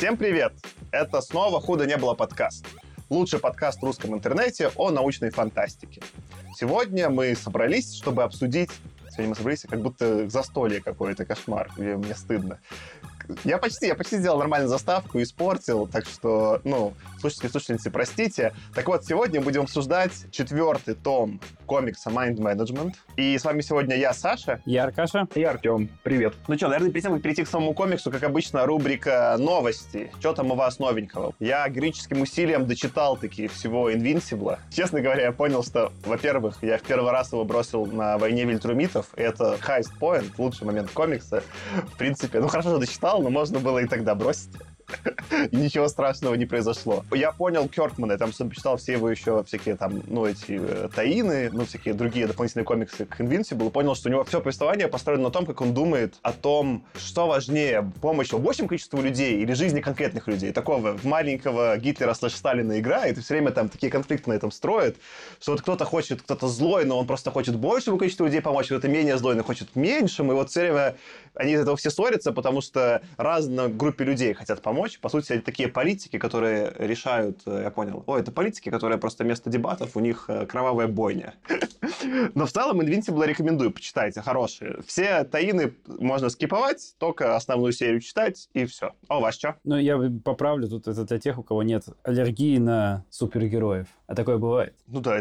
Всем привет! Это снова «Худо не было» подкаст. Лучший подкаст в русском интернете о научной фантастике. Сегодня мы собрались, чтобы обсудить... Сегодня мы собрались, как будто застолье какое-то, кошмар. Мне стыдно. Я почти сделал нормальную заставку, испортил, так что, слушатели и слушательницы, простите. Так вот, сегодня будем обсуждать 4-й том комикса Mind Management. И с вами сегодня я, Саша. Я Аркаша. И Артем. Привет. Ну что, наверное, перед тем, как перейти к самому комиксу, как обычно, рубрика «Новости». Что там у вас новенького? Я героическим усилием дочитал таки всего Invincible. Честно говоря, я понял, что, во-первых, я в первый раз его бросил на «Войне Вильтрумитов». Это highest point, лучший момент комикса. В принципе, хорошо, что дочитал, но можно было и тогда бросить. И ничего страшного не произошло. Я понял Кёркмана, я там почитал все его еще всякие там, эти таины, всякие другие дополнительные комиксы к Invincible, и понял, что у него все повествование построено на том, как он думает о том, что важнее, помощь большему количеству людей или жизни конкретных людей. Такого маленького Гитлера /Сталина играет, и все время там такие конфликты на этом строит, что вот кто-то злой, но он просто хочет большему количеству людей помочь, кто-то менее злой, но хочет меньшим, и вот все время они из этого все ссорятся, потому что разной группе людей хотят помочь. По сути, это такие политики, которые решают, я понял, это политики, которые просто вместо дебатов, у них кровавая бойня. Но в целом Invincible рекомендую, почитайте, хорошие. Все таины можно скиповать, только основную серию читать, и все. А у вас что? Я поправлю, тут это для тех, у кого нет аллергии на супергероев. А такое бывает.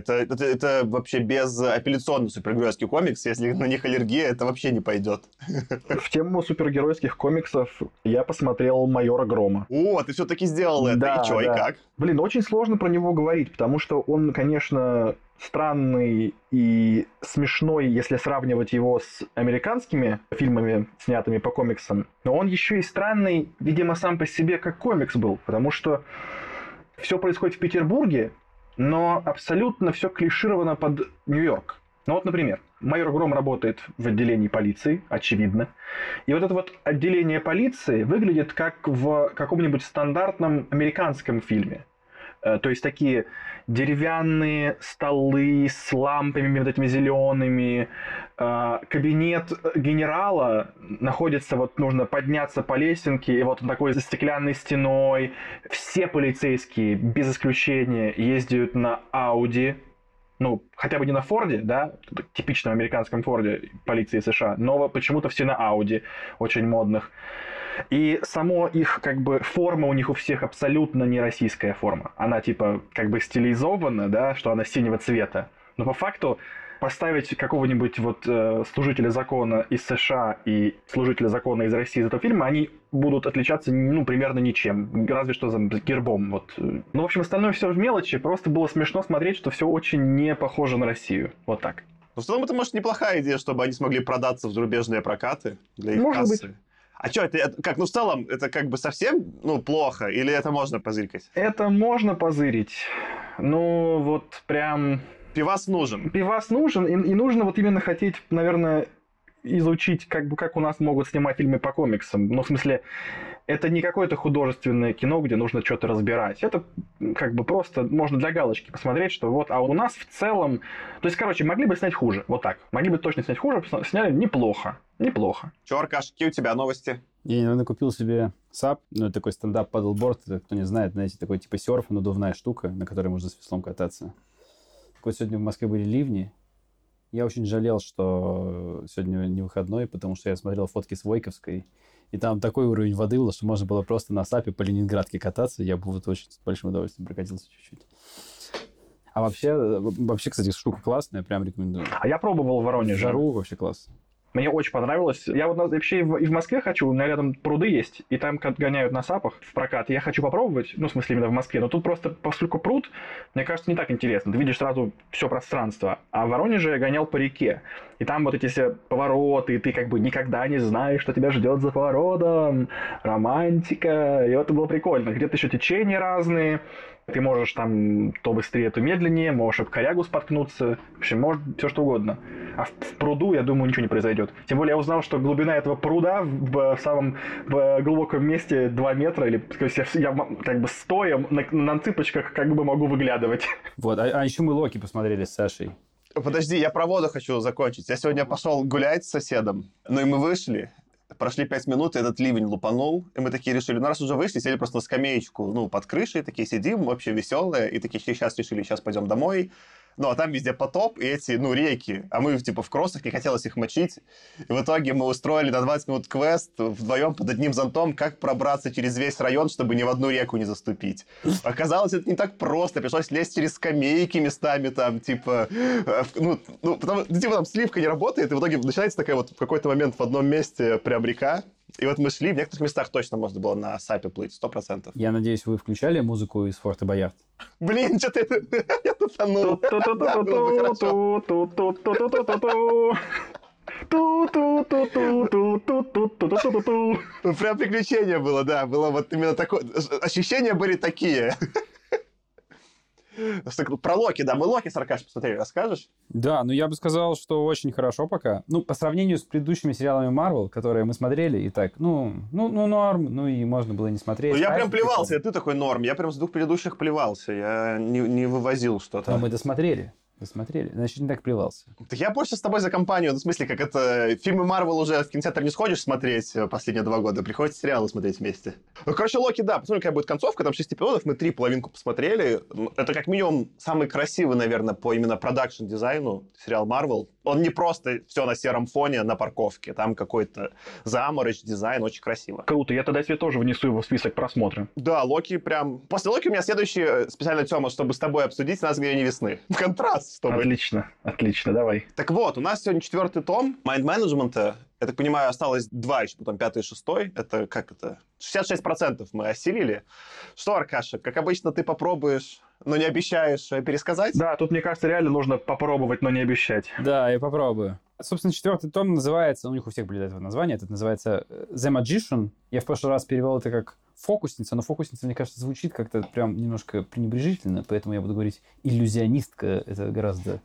Это вообще безапелляционный супергеройский комикс. Если на них аллергия, это вообще не пойдет. В тему супергеройских комиксов я посмотрел «Майора Грома». О, ты все-таки сделал это. Да, и что, да. И как? Очень сложно про него говорить, потому что он, конечно, странный и смешной, если сравнивать его с американскими фильмами, снятыми по комиксам. Но он еще и странный, видимо, сам по себе как комикс был, потому что все происходит в Петербурге, но абсолютно все клишировано под Нью-Йорк. Например, майор Гром работает в отделении полиции, очевидно. И вот это вот отделение полиции выглядит как в каком-нибудь стандартном американском фильме. То есть такие деревянные столы с лампами вот этими зелеными. Кабинет генерала находится, нужно подняться по лесенке, и вот он такой за стеклянной стеной. Все полицейские, без исключения, ездят на Ауди. Хотя бы не на Форде, да, типичном американском Форде полиции США, но почему-то все на Ауди, очень модных. И само их, форма у них у всех абсолютно не российская форма. Она стилизована, да, что она синего цвета. Но по факту поставить какого-нибудь служителя закона из США и служителя закона из России из этого фильма, они будут отличаться, примерно ничем. Разве что за гербом. В общем, остальное все в мелочи. Просто было смешно смотреть, что все очень не похоже на Россию. Вот так. В целом, это, может, неплохая идея, чтобы они смогли продаться в зарубежные прокаты для их может кассы. Быть. А что, это как, в целом, это совсем, плохо? Или это можно позыркать? Это можно позырить. Прям... Пивас нужен. Пивас нужен, и нужно именно хотеть, наверное, изучить, как у нас могут снимать фильмы по комиксам. В смысле, это не какое-то художественное кино, где нужно что-то разбирать. Это просто можно для галочки посмотреть, что а у нас в целом... То есть, могли бы снять хуже, вот так. Могли бы точно снять хуже, сняли неплохо. Неплохо. Чё, Аркаш, какие у тебя новости? Я недавно купил себе САП, это такой стендап-падлборд, кто не знает, знаете, такой типа серфа, надувная штука, на которой можно с веслом кататься. Сегодня в Москве были ливни. Я очень жалел, что сегодня не выходной, потому что я смотрел фотки с Войковской, и там такой уровень воды был, что можно было просто на САПе по Ленинградке кататься. Я бы очень с большим удовольствием прокатился чуть-чуть. А вообще, кстати, штука классная, прям рекомендую. А я пробовал в Воронеже. Жару вообще классно. Мне очень понравилось. Я вообще и в Москве хочу, у меня рядом пруды есть, и там гоняют на САПах в прокат. Я хочу попробовать, в смысле именно в Москве, но тут просто, поскольку пруд, мне кажется, не так интересно. Ты видишь сразу все пространство. А в Воронеже я гонял по реке. И там эти все повороты, и ты никогда не знаешь, что тебя ждет за поворотом. Романтика. И это было прикольно. Где-то еще течения разные. Ты можешь там то быстрее, то медленнее, можешь об корягу споткнуться. В общем, может все что угодно. А в пруду, я думаю, ничего не произойдет. Тем более я узнал, что глубина этого пруда в самом глубоком месте 2 метра. Или я стоя на цыпочках могу выглядывать. А еще мы Локи посмотрели с Сашей. Подожди, я про воду хочу закончить. Я сегодня пошел гулять с соседом. И мы вышли. Прошли 5 минут, и этот ливень лупанул, и мы такие решили, ну раз уже вышли, сели просто на скамеечку, ну, под крышей, такие сидим, вообще веселые, и такие сейчас решили, сейчас пойдем домой. Ну, а там везде потоп и эти, ну, реки. А мы, типа, в кроссах, не хотелось их мочить. И в итоге мы устроили на 20 минут квест вдвоем под одним зонтом, как пробраться через весь район, чтобы ни в одну реку не заступить. Оказалось, это не так просто. Пришлось лезть через скамейки местами там, типа... потому, типа, там сливка не работает, и в итоге начинается такая вот в какой-то момент в одном месте прям река. И вот мы шли, в некоторых местах точно можно было на сапе плыть, 100%. Я надеюсь, вы включали музыку из Форта Боярд? Блин, что-то я тупанул. Прям приключение было, да. Было вот именно такое... Ощущения были такие. Про Локи, да. Мы Локи с Аркашей посмотрели. Расскажешь? Да, ну я бы сказал, что очень хорошо пока. Ну, по сравнению с предыдущими сериалами Marvel, которые мы смотрели, и так, норм, ну и можно было не смотреть. Ну, я прям плевался, и ты такой норм. Я прям с двух предыдущих плевался. Я не вывозил что-то. Но мы досмотрели, значит, не так плевался. Так я больше с тобой за компанию, ну, в смысле, как это... Фильмы Марвел уже в кинотеатр не сходишь смотреть последние 2 года, приходится сериалы смотреть вместе. Ну, короче, Локи, да, посмотрим, какая будет концовка, там 6 эпизодов, мы 3 половинку посмотрели. Это как минимум самый красивый, наверное, по именно продакшн-дизайну сериал Марвел. Он не просто все на сером фоне на парковке, там какой-то заморочь, дизайн, очень красиво. Круто, я тогда себе тоже внесу его в список просмотра. Да, Локи прям... После Локи у меня следующий специально, Тёма, чтобы с тобой обсудить «Нас мгновение весны». Контраст, чтобы... Отлично, давай. Так вот, у нас сегодня 4-й том майнд-менеджмента. Я так понимаю, осталось 2 еще, потом 5-й и 6-й. Это как это? 66% мы осилили. Что, Аркаша, как обычно, ты попробуешь, но не обещаешь пересказать? Да, тут, мне кажется, реально нужно попробовать, но не обещать. Да, я попробую. Собственно, 4-й том называется, у них у всех были этого названия, этот называется The Magician. Я в прошлый раз перевел это как фокусница, но фокусница, мне кажется, звучит как-то прям немножко пренебрежительно, поэтому я буду говорить иллюзионистка. Это гораздо,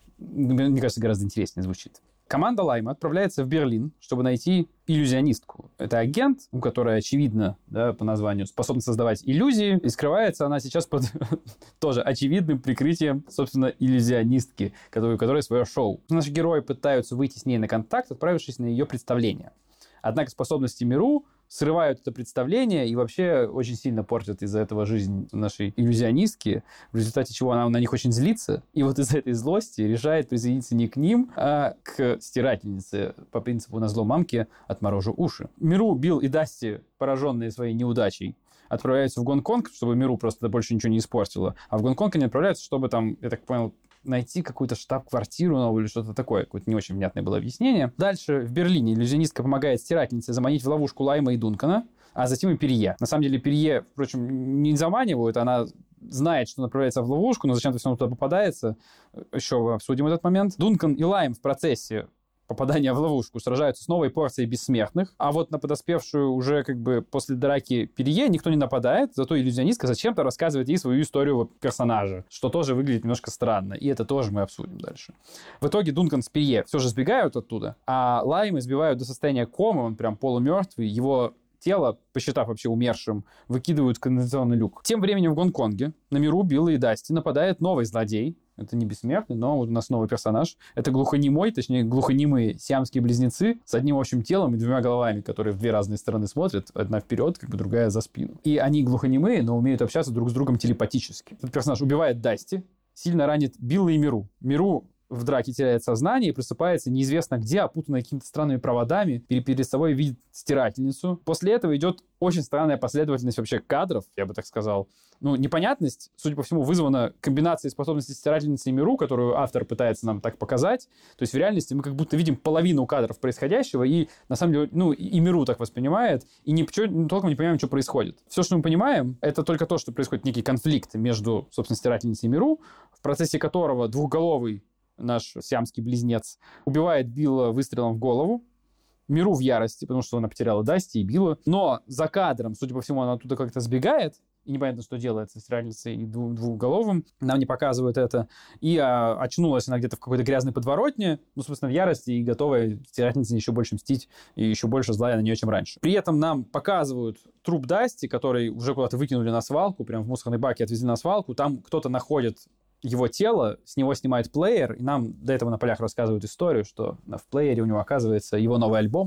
мне кажется, гораздо интереснее звучит. Команда Лайма отправляется в Берлин, чтобы найти иллюзионистку. Это агент, у которой, очевидно, да, по названию, способна создавать иллюзии, и скрывается она сейчас под тоже очевидным прикрытием, собственно, иллюзионистки, у которой свое шоу. Наши герои пытаются выйти с ней на контакт, отправившись на ее представление. Однако способности Миру срывают это представление и вообще очень сильно портят из-за этого жизнь нашей иллюзионистки, в результате чего она на них очень злится, и вот из-за этой злости решает присоединиться не к ним, а к стирательнице по принципу «назло мамке отморожу уши». Миру, Билл и Дасти, пораженные своей неудачей, отправляются в Гонконг, чтобы Миру просто больше ничего не испортило, а в Гонконг они отправляются, чтобы там, я так понял, найти какую-то штаб-квартиру новую или что-то такое. Какое-то не очень внятное было объяснение. Дальше в Берлине иллюзионистка помогает стирательнице заманить в ловушку Лайма и Дункана, а затем и Перье. На самом деле Перье, впрочем, не заманивают, она знает, что направляется в ловушку, но зачем-то все равно туда попадается. Еще обсудим этот момент. Дункан и Лайм в процессе попадания в ловушку сражаются с новой порцией бессмертных, а вот на подоспевшую уже как бы после драки Перье никто не нападает, зато иллюзионистка зачем-то рассказывает ей свою историю персонажа, что тоже выглядит немножко странно, и это тоже мы обсудим дальше. В итоге Дункан с Перье все же сбегают оттуда, а Лайм избивают до состояния комы, он прям полумертвый, его тело, посчитав вообще умершим, выкидывают в канализационный люк. Тем временем в Гонконге на Миру, Билла и Дасти нападает новый злодей. Это не бессмертный, но вот у нас новый персонаж. Это глухонемой, точнее, глухонемые сиамские близнецы с одним общим телом и 2 головами, которые в 2 разные стороны смотрят. Одна вперед, как бы другая за спину. И они глухонемые, но умеют общаться друг с другом телепатически. Этот персонаж убивает Дасти, сильно ранит Билла и Миру. Миру в драке теряет сознание и просыпается неизвестно где, опутанная какими-то странными проводами, перед собой видит стирательницу. После этого идет очень странная последовательность вообще кадров, я бы так сказал. Ну, непонятность, судя по всему, вызвана комбинацией способностей стирательницы и Миру, которую автор пытается нам так показать. То есть в реальности мы как будто видим половину кадров происходящего, и на самом деле, ну, и Миру так воспринимает, и толком не понимаем, что происходит. Все, что мы понимаем, это только то, что происходит некий конфликт между, собственно, стирательницей и Миру, в процессе которого двухголовый наш сиамский близнец убивает Билла выстрелом в голову. Миру в ярости, потому что она потеряла Дасти и Билла. Но за кадром, судя по всему, она оттуда как-то сбегает. И непонятно, что делает со стирательницей и двухголовым. Нам не показывают это. И очнулась она где-то в какой-то грязной подворотне. Ну, собственно, в ярости и готовая стирательнице еще больше мстить. И еще больше злая на нее, чем раньше. При этом нам показывают труп Дасти, который уже куда-то выкинули на свалку. Прям в мусорной баке отвезли на свалку. Там кто-то находит его тело, с него снимает плеер, и нам до этого на полях рассказывают историю, что в плеере у него оказывается его новый альбом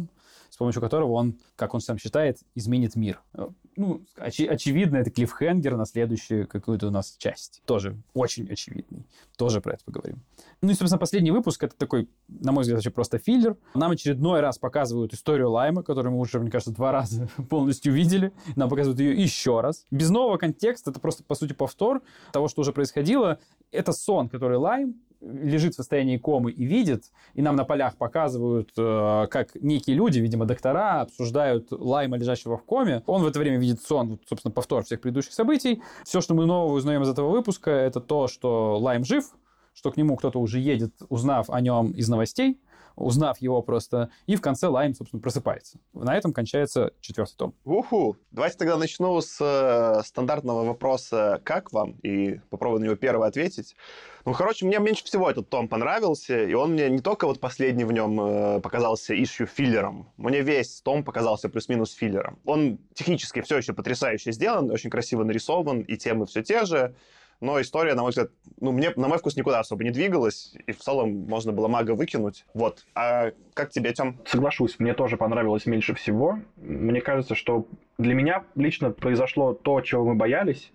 с помощью которого он, как он сам считает, изменит мир. Ну, очевидно, это клиффхенгер на следующую какую-то у нас часть. Тоже очень очевидный. Тоже про это поговорим. Ну и, собственно, последний выпуск — это такой, на мой взгляд, вообще просто филлер. Нам очередной раз показывают историю Лайма, которую мы уже, мне кажется, 2 раза полностью видели. Нам показывают ее еще раз. Без нового контекста, это просто, по сути, повтор того, что уже происходило. Это сон, который Лайм лежит в состоянии комы и видит, и нам на полях показывают, как некие люди, видимо, доктора, обсуждают Лайма, лежащего в коме. Он в это время видит сон, собственно, повтор всех предыдущих событий. Все, что мы нового узнаем из этого выпуска, это то, что Лайм жив, что к нему кто-то уже едет, узнав о нем из новостей, узнав его просто, и в конце Лайм, собственно, просыпается. На этом кончается 4-й том. Уху! Давайте тогда начну с стандартного вопроса «Как вам?» и попробую на него первый ответить. Ну, короче, мне меньше всего этот том понравился, и он мне не только вот последний в нем показался issue филлером, мне весь том показался плюс-минус филлером. Он технически все еще потрясающе сделан, очень красиво нарисован, и темы все те же, но история, на мой взгляд, мне, на мой вкус, никуда особо не двигалась, и в целом можно было мага выкинуть. Вот. А как тебе, Тём? Соглашусь, мне тоже понравилось меньше всего. Мне кажется, что для меня лично произошло то, чего мы боялись,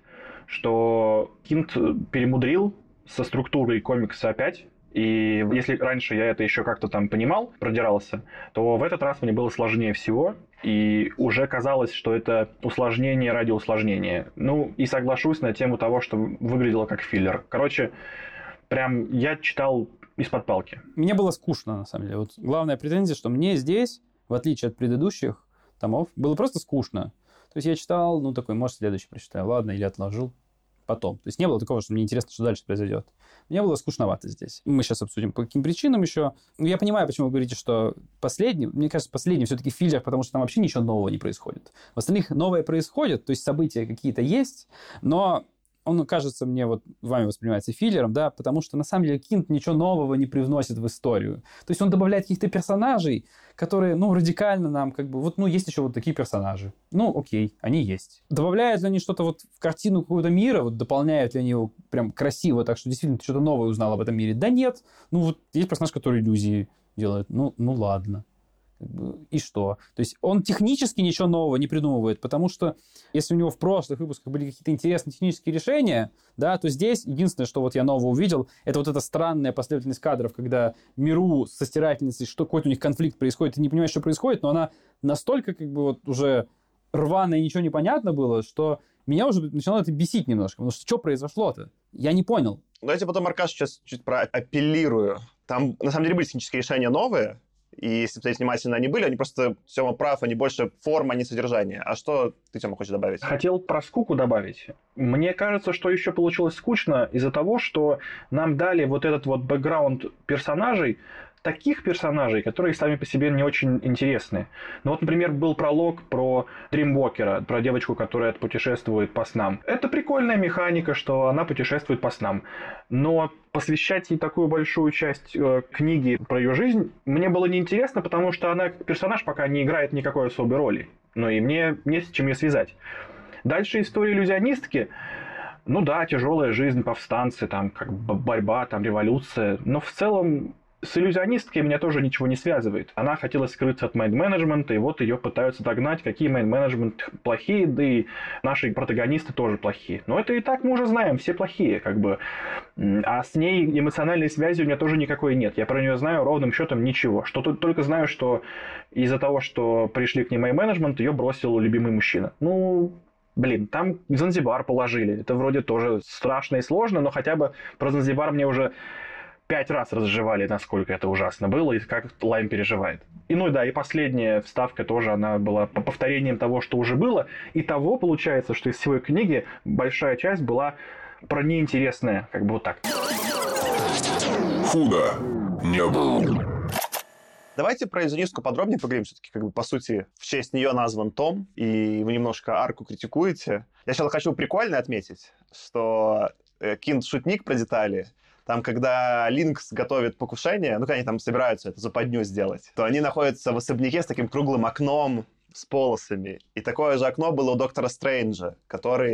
что Кинт перемудрил со структурой комикса опять. И если раньше я это еще как-то там понимал, продирался, то в этот раз мне было сложнее всего. И уже казалось, что это усложнение ради усложнения. Ну, и соглашусь на тему того, что выглядело как филлер. Короче, прям я читал из-под палки. Мне было скучно, на самом деле. Вот главная претензия, что мне здесь, в отличие от предыдущих томов, было просто скучно. То есть я читал, ну, такой, может, следующий прочитаю. Ладно, или отложил потом. То есть не было такого, что мне интересно, что дальше произойдет. Мне было скучновато здесь. Мы сейчас обсудим, по каким причинам еще. Я понимаю, почему вы говорите, что последний, мне кажется, последний все-таки филлер, потому что там вообще ничего нового не происходит. В остальных новое происходит, то есть события какие-то есть, но он, кажется, мне вот вами воспринимается филлером, да, потому что на самом деле Кинт ничего нового не привносит в историю. То есть он добавляет каких-то персонажей, которые, ну, радикально нам как бы... Вот, ну, есть еще вот такие персонажи. Ну, окей, они есть. Добавляют ли они что-то вот в картину какого-то мира, вот дополняют ли они его прям красиво, так что действительно ты что-то новое узнал об этом мире? Да нет. Ну, вот есть персонаж, который иллюзии делает. Ну ладно. И что? То есть он технически ничего нового не придумывает, потому что если у него в прошлых выпусках были какие-то интересные технические решения, да, то здесь единственное, что вот я нового увидел, это вот эта странная последовательность кадров, когда Миру со стирательницей, что какой-то у них конфликт происходит, ты не понимаешь, что происходит, но она настолько как бы вот уже рваная и ничего не понятно было, что меня уже начинало это бесить немножко, потому что что произошло-то? Я не понял. Давайте потом, Аркаш, сейчас чуть проапеллирую. Там, на самом деле, были технические решения новые, и если посмотреть внимательно, они были, они просто, Сёма прав, они больше форма, а не содержание. А что ты, Сёма, хочешь добавить? Хотел про скуку добавить. Мне кажется, что еще получилось скучно из-за того, что нам дали вот этот вот бэкграунд персонажей, таких персонажей, которые сами по себе не очень интересны. Ну вот, например, был пролог про Дримвокера, про девочку, которая путешествует по снам. Это прикольная механика, что она путешествует по снам. Но посвящать ей такую большую часть книги про ее жизнь мне было неинтересно, потому что она как персонаж пока не играет никакой особой роли. Ну и мне не с чем ее связать. Дальше история иллюзионистки. Ну да, тяжелая жизнь, повстанцы, там как борьба, там революция. Но в целом с иллюзионисткой меня тоже ничего не связывает. Она хотела скрыться от мейн-менеджмента, и вот ее пытаются догнать, какие мейн-менеджмент плохие, да и наши протагонисты тоже плохие. Но это и так мы уже знаем, все плохие, как бы. А с ней эмоциональной связи у меня тоже никакой нет. Я про нее знаю ровным счетом ничего. Что только знаю, что из-за того, что пришли к ней мейн-менеджмент, ее бросил любимый мужчина. Ну, блин, там Занзибар положили. Это вроде тоже страшно и сложно, но хотя бы про Занзибар мне уже 5 раз разжевали, насколько это ужасно было, и как Лайм переживает. И ну да, и последняя вставка тоже, она была по повторениям того, что уже было. И того получается, что из всей книги большая часть была про неинтересное, как бы вот так. Худо не было. Давайте про иллюзионистку подробнее поговорим. Все-таки, как бы, по сути, в честь нее назван том, и вы немножко арку критикуете. Я сейчас хочу прикольно отметить, что Кинт шутник про детали. Там, когда Линкс готовит покушение, ну, когда они там собираются эту западню сделать, то они находятся в особняке с таким круглым окном с полосами. И такое же окно было у Доктора Стрэнджа, который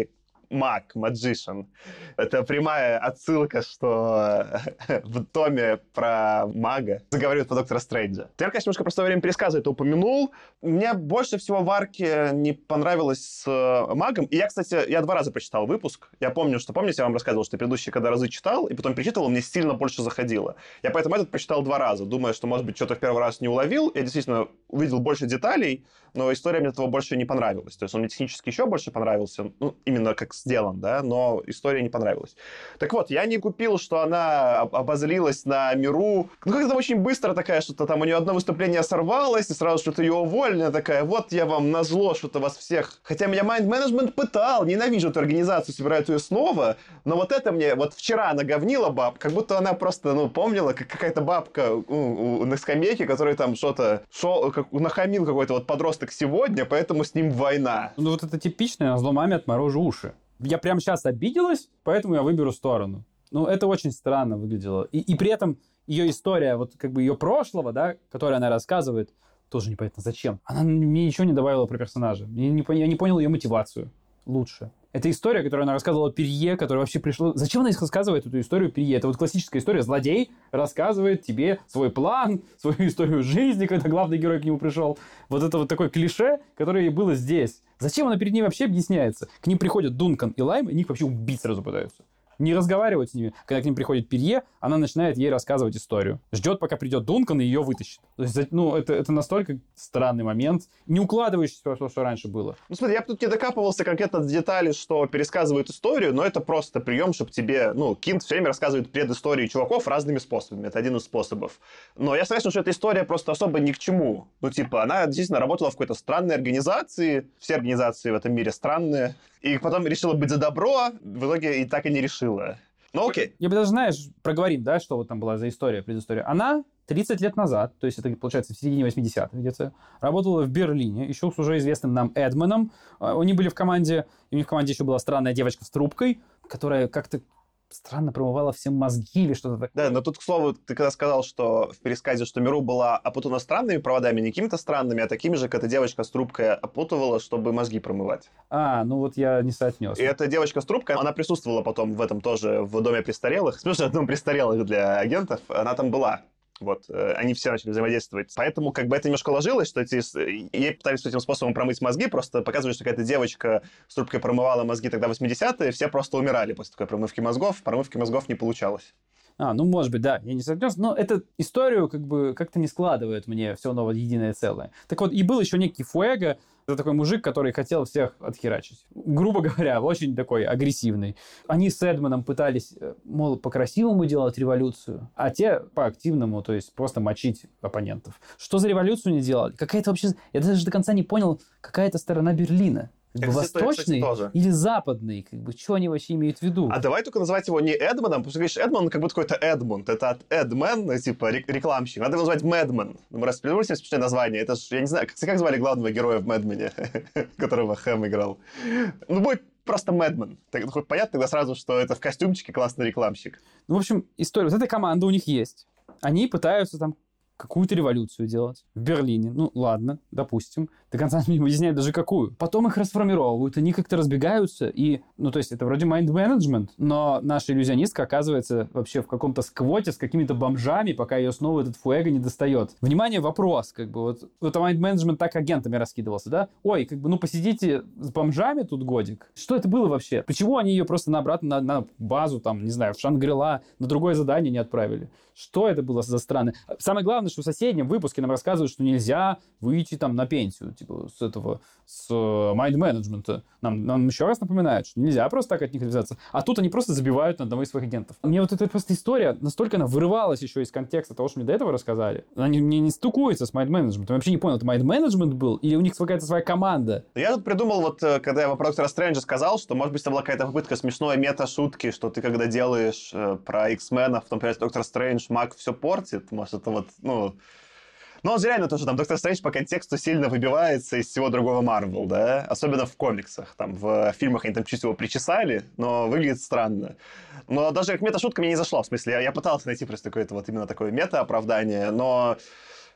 маг, magician. Это прямая отсылка, что в томе про мага заговаривают про Доктора Стрэнджа. Я, конечно, немножко просто во время пересказа это упомянул. Мне больше всего в арке не понравилось с магом. И я, кстати, 2 раза прочитал выпуск. Я помню, помните, я вам рассказывал, что предыдущий, когда разы читал, и потом перечитывал, мне сильно больше заходило. Я поэтому этот прочитал 2 раза, думая, что, может быть, что-то в первый раз не уловил. Я действительно увидел больше деталей, но история мне этого больше не понравилась. То есть он мне технически еще больше понравился, ну, именно как сделан, да, но история не понравилась. Так вот, я не купил, что она обозлилась на Миру. Ну, как-то очень быстро такая, что-то там у нее одно выступление сорвалось, и сразу что-то ее уволили. Она такая, вот я вам назло, что-то вас всех... Хотя меня Mind Management пытал, ненавижу эту организацию, собирают ее снова, но вот это мне... Вот вчера наговнила баб, как будто она просто, ну, помнила, как какая-то бабка на скамейке, которая там что-то... нахамил какой-то вот подросток сегодня, поэтому с ним война. Ну, вот это типичное «зло маме отморожу уши». Я прямо сейчас обиделась, поэтому я выберу сторону. Ну, это очень странно выглядело. И при этом ее история, вот как бы ее прошлого, да, которую она рассказывает, тоже непонятно зачем. Она мне ничего не добавила про персонажа. Я не понял ее мотивацию лучше. Это история, которую она рассказывала Перье, которая вообще пришла... Зачем она рассказывает эту историю Перье? Это вот классическая история. Злодей рассказывает тебе свой план, свою историю жизни, когда главный герой к нему пришел. Вот это вот такое клише, которое и было здесь. Зачем она перед ней вообще объясняется? К ним приходят Дункан и Лайм, и них вообще убить сразу пытаются. Не разговаривать с ними. Когда к ним приходит Перье, она начинает ей рассказывать историю. Ждет, пока придет Дункан и ее вытащит. То есть, ну, это настолько странный момент, не укладывающийся в то, что раньше было. Ну, смотри, я бы тут не докапывался конкретно до деталей, что пересказывают историю, но это просто прием, чтобы тебе... Ну, Кинт все время рассказывает предыстории чуваков разными способами. Это один из способов. Но я согласен, что эта история просто особо ни к чему. Ну, типа, она действительно работала в какой-то странной организации. Все организации в этом мире странные. И потом решила быть за добро, в итоге и так и не решила. Ну, окей. Я бы даже, знаешь, проговорим, да, что вот там была за история, предыстория. Она 30 лет назад, то есть это, получается, в середине 80-х где-то, работала в Берлине, еще с уже известным нам Эдманом. Они были в команде, и у них в команде еще была странная девочка с трубкой, которая как-то странно промывала всем мозги или что-то такое. Да, но тут, к слову, ты когда сказал, что в пересказе, что Миру была опутана странными проводами, не какими-то странными, а такими же, как эта девочка с трубкой опутывала, чтобы мозги промывать. Ну вот я не соотнес. И эта девочка с трубкой, она присутствовала потом в этом тоже, в доме престарелых. Слушай, дом престарелых для агентов, она там была. Вот, они все начали взаимодействовать. Поэтому как бы это немножко ложилось, что ей пытались этим способом промыть мозги, просто показывали, что какая-то девочка с трубкой промывала мозги тогда в 80-е, все просто умирали после такой промывки мозгов не получалось. Ну, может быть, да, я не согласен, но эту историю как бы как-то не складывает мне все равно в единое целое. Так вот, и был еще некий Фуэго, это такой мужик, который хотел всех отхерачить. Грубо говоря, очень такой агрессивный. Они с Эдманом пытались, мол, по-красивому делать революцию, а те по-активному, то есть просто мочить оппонентов. Что за революцию не делали? Какая-то вообще... Я даже до конца не понял, какая это сторона Берлина. Как бы восточный или западный? Как бы, что они вообще имеют в виду? А давай только называть его не Эдманом, потому что, говоришь, Эдман как будто какой-то Эдмунд. Это от Эдмен, типа рекламщик. Надо его назвать Мэдмен. Мы раз придумали себе смешное название. Это ж, я не знаю, как звали главного героя в Мэдмене, которого Хэм играл? Ну, будет просто Мэдмен. Хоть понятно тогда сразу, что это в костюмчике классный рекламщик. Ну, в общем, история. Вот эта команда у них есть. Они пытаются там какую-то революцию делать в Берлине. Ну, ладно, допустим. До конца не выясняют даже какую. Потом их расформировывают, они как-то разбегаются. И, ну, то есть, это вроде майнд-менеджмент, но наша иллюзионистка оказывается вообще в каком-то сквоте с какими-то бомжами, пока ее снова этот Фуэго не достает. Внимание, вопрос, как бы, вот это майнд-менеджмент так агентами раскидывался, да? Ой, как бы, ну, посидите с бомжами тут годик. Что это было вообще? Почему они ее просто обратно на базу, там, не знаю, в Шангри-Ла, на другое задание не отправили? Что это было за страны? Самое главное, что в соседнем выпуске нам рассказывают, что нельзя выйти там на пенсию, типа, с майнд-менеджмента. Нам еще раз напоминают, что нельзя просто так от них отвязаться. А тут они просто забивают на одного из своих агентов. Мне вот эта просто история, настолько она вырывалась еще из контекста того, что мне до этого рассказали. Она не стыкуется с майнд-менеджментом. Я вообще не понял, это майнд-менеджмент был или у них какая-то своя команда? Я тут придумал, вот, когда я про Доктора Стрэнджа сказал, что, может быть, это была какая-то попытка смешной мета-шутки, что ты, когда делаешь про X-менов, потом появляется Доктор Стрэндж, маг все портит. Может, это вот, ну... Но он же реально тоже, там, Доктор Стрэндж по контексту сильно выбивается из всего другого Марвел, да? Особенно в комиксах. Там, в фильмах они там чуть его причесали, но выглядит странно. Но даже как мета-шутка мне не зашла. В смысле, я пытался найти просто какое-то вот именно такое мета-оправдание, но...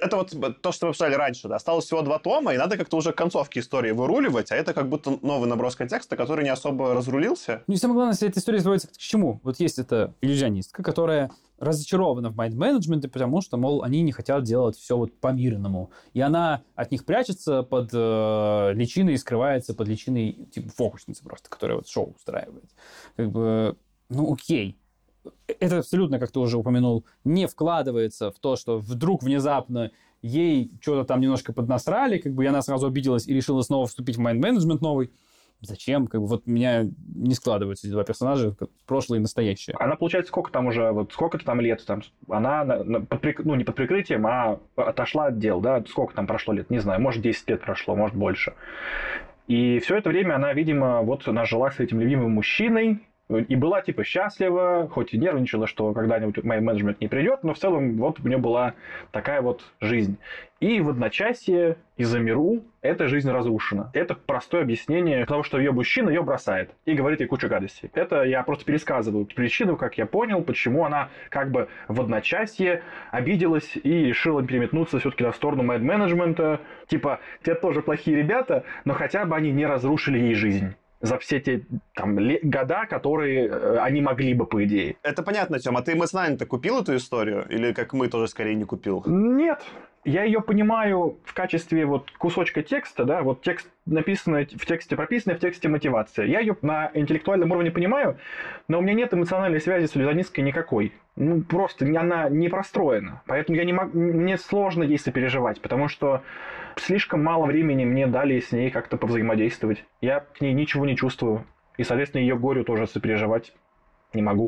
Это вот то, что мы обсуждали раньше, да. Осталось всего 2 тома, и надо как-то уже концовки истории выруливать, а это как будто новый наброс контекста, который не особо разрулился. Ну и самое главное, если эта история сводится к чему? Вот есть эта иллюзионистка, которая разочарована в майнд-менеджменте, потому что, мол, они не хотят делать все вот по-мирному. И она от них прячется под личиной и скрывается под личиной типа фокусницы просто, которая вот шоу устраивает. Как бы, ну окей. Это абсолютно, как ты уже упомянул, не вкладывается в то, что вдруг внезапно ей что-то там немножко поднасрали, как бы, и она сразу обиделась и решила снова вступить в майнд-менеджмент новый. Зачем? Как бы вот у меня не складываются эти 2 персонажа, прошлое и настоящее. Она, получается, сколько там уже, вот сколько-то там лет, там, она, не под прикрытием, а отошла от дел, да, сколько там прошло лет, не знаю, может, 10 лет прошло, может, больше. И все это время она, видимо, вот она жила с этим любимым мужчиной, и была, типа, счастлива, хоть и нервничала, что когда-нибудь мой менеджмент не придет, но в целом вот у нее была такая вот жизнь. И в одночасье из-за миру эта жизнь разрушена. Это простое объяснение того, что ее мужчина ее бросает и говорит ей кучу гадостей. Это я просто пересказываю причину, как я понял, почему она как бы в одночасье обиделась и решила переметнуться все-таки на сторону менеджмента. Типа, те тоже плохие ребята, но хотя бы они не разрушили ей жизнь за все те там, года, которые они могли бы, по идее. Это понятно, Тём. А ты эмоционально-то купил эту историю? Или, как мы, тоже скорее не купил? Нет. Я ее понимаю в качестве вот кусочка текста, да, вот текст, написанный в тексте, прописанный в тексте мотивация. Я ее на интеллектуальном уровне понимаю, но у меня нет эмоциональной связи с иллюзионисткой никакой. Ну, просто она не простроена. Поэтому я не могу, мне сложно ей сопереживать, потому что слишком мало времени мне дали с ней как-то повзаимодействовать. Я к ней ничего не чувствую. И, соответственно, ее горю тоже сопереживать не могу.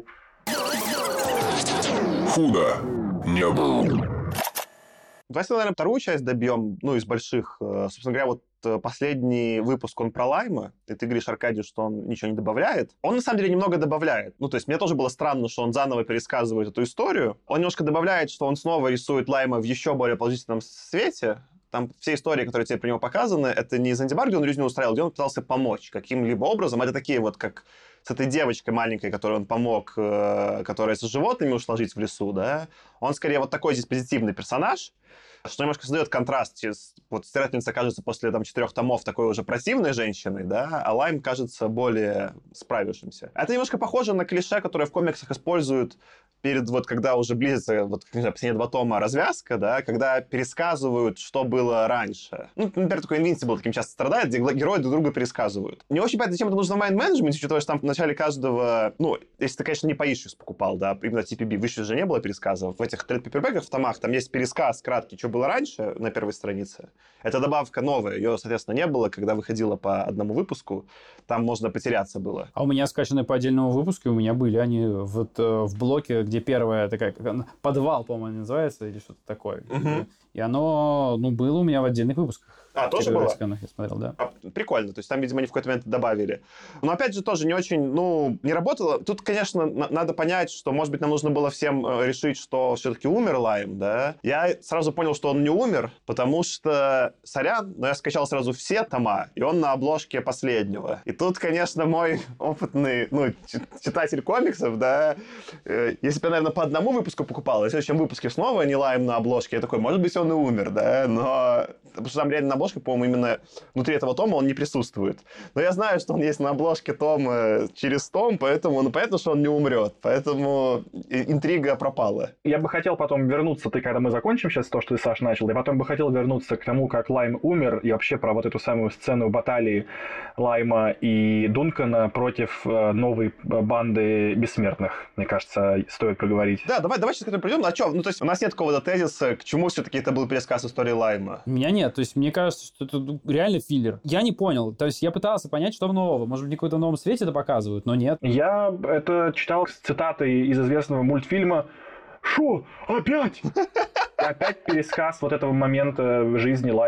Худо не было. Давайте, наверное, вторую часть добьем, ну, из больших. Собственно говоря, вот последний выпуск, он про Лайма, и ты говоришь, Аркадий, что он ничего не добавляет. Он, на самом деле, немного добавляет. Ну, то есть мне тоже было странно, что он заново пересказывает эту историю. Он немножко добавляет, что он снова рисует Лайма в еще более положительном свете. Там все истории, которые тебе про него показаны, это не Занзибар, где он резню устраивал, где он пытался помочь каким-либо образом. Это такие вот, как с этой девочкой маленькой, которой он помог, которая с животными ушла жить в лесу, да. Он скорее вот такой здесь позитивный персонаж, что немножко создает контраст. Вот Стирательница кажется после там 4 томов такой уже противной женщиной, да, а Лайм кажется более справившимся. Это немножко похоже на клише, которое в комиксах используют перед, вот когда уже близится, вот, не знаю, последние 2 тома развязка, да, когда пересказывают, что было раньше. Ну, например, такой Invincible таким часто страдает, где герои друг друга пересказывают. Не очень понятно, зачем это нужно в майнд-менеджменте, учитывая, что там в начале каждого, ну, если ты, конечно, не по issues покупал, да, именно TPB, выше же не было пересказов. В этих тред-пипербэках в томах там есть пересказ краткий, что было раньше на первой странице. Это добавка новая, ее, соответственно, не было, когда выходила по одному выпуску, там можно потеряться было. А у меня скачаны по отдельному выпуску, у меня были они вот в блоке, где первая такая, подвал, по-моему, называется, или что-то такое. И оно, ну, было у меня в отдельных выпусках. А, тоже было? Я смотрел, да. Прикольно. То есть там, видимо, они в какой-то момент добавили. Но, опять же, тоже не очень, ну, не работало. Тут, конечно, надо понять, что, может быть, нам нужно было всем решить, что все-таки умер Лайм, да. Я сразу понял, что он не умер, потому что, сорян, но я скачал сразу все тома, и он на обложке последнего. И тут, конечно, мой опытный, ну, читатель комиксов, да, если бы я, наверное, по одному выпуску покупал, и в следующем выпуске снова не Лайм на обложке, я такой, может быть, он и умер, да, но... Потому что там реально на обложке, по-моему, именно внутри этого тома он не присутствует. Но я знаю, что он есть на обложке тома через том, поэтому, ну, понятно, что он не умрет. Поэтому интрига пропала. Я бы хотел потом вернуться, когда мы закончим сейчас то, что ты, Саш, начал, я потом бы хотел вернуться к тому, как Лайм умер, и вообще про вот эту самую сцену баталии Лайма и Дункана против новой банды бессмертных. Мне кажется, стоит проговорить. Да, давай сейчас к этому придем. А что? Ну, то есть у нас нет какого-то тезиса, к чему все-таки это был пересказ истории Лайма. У меня нет. То есть мне кажется, что это реально филлер. Я не понял. То есть я пытался понять, что в нового. Может быть, в каком-то новом свете это показывают, но нет. Я это читал с цитатой из известного мультфильма «Шо? Опять?» Опять пересказ вот этого момента жизни Лайма.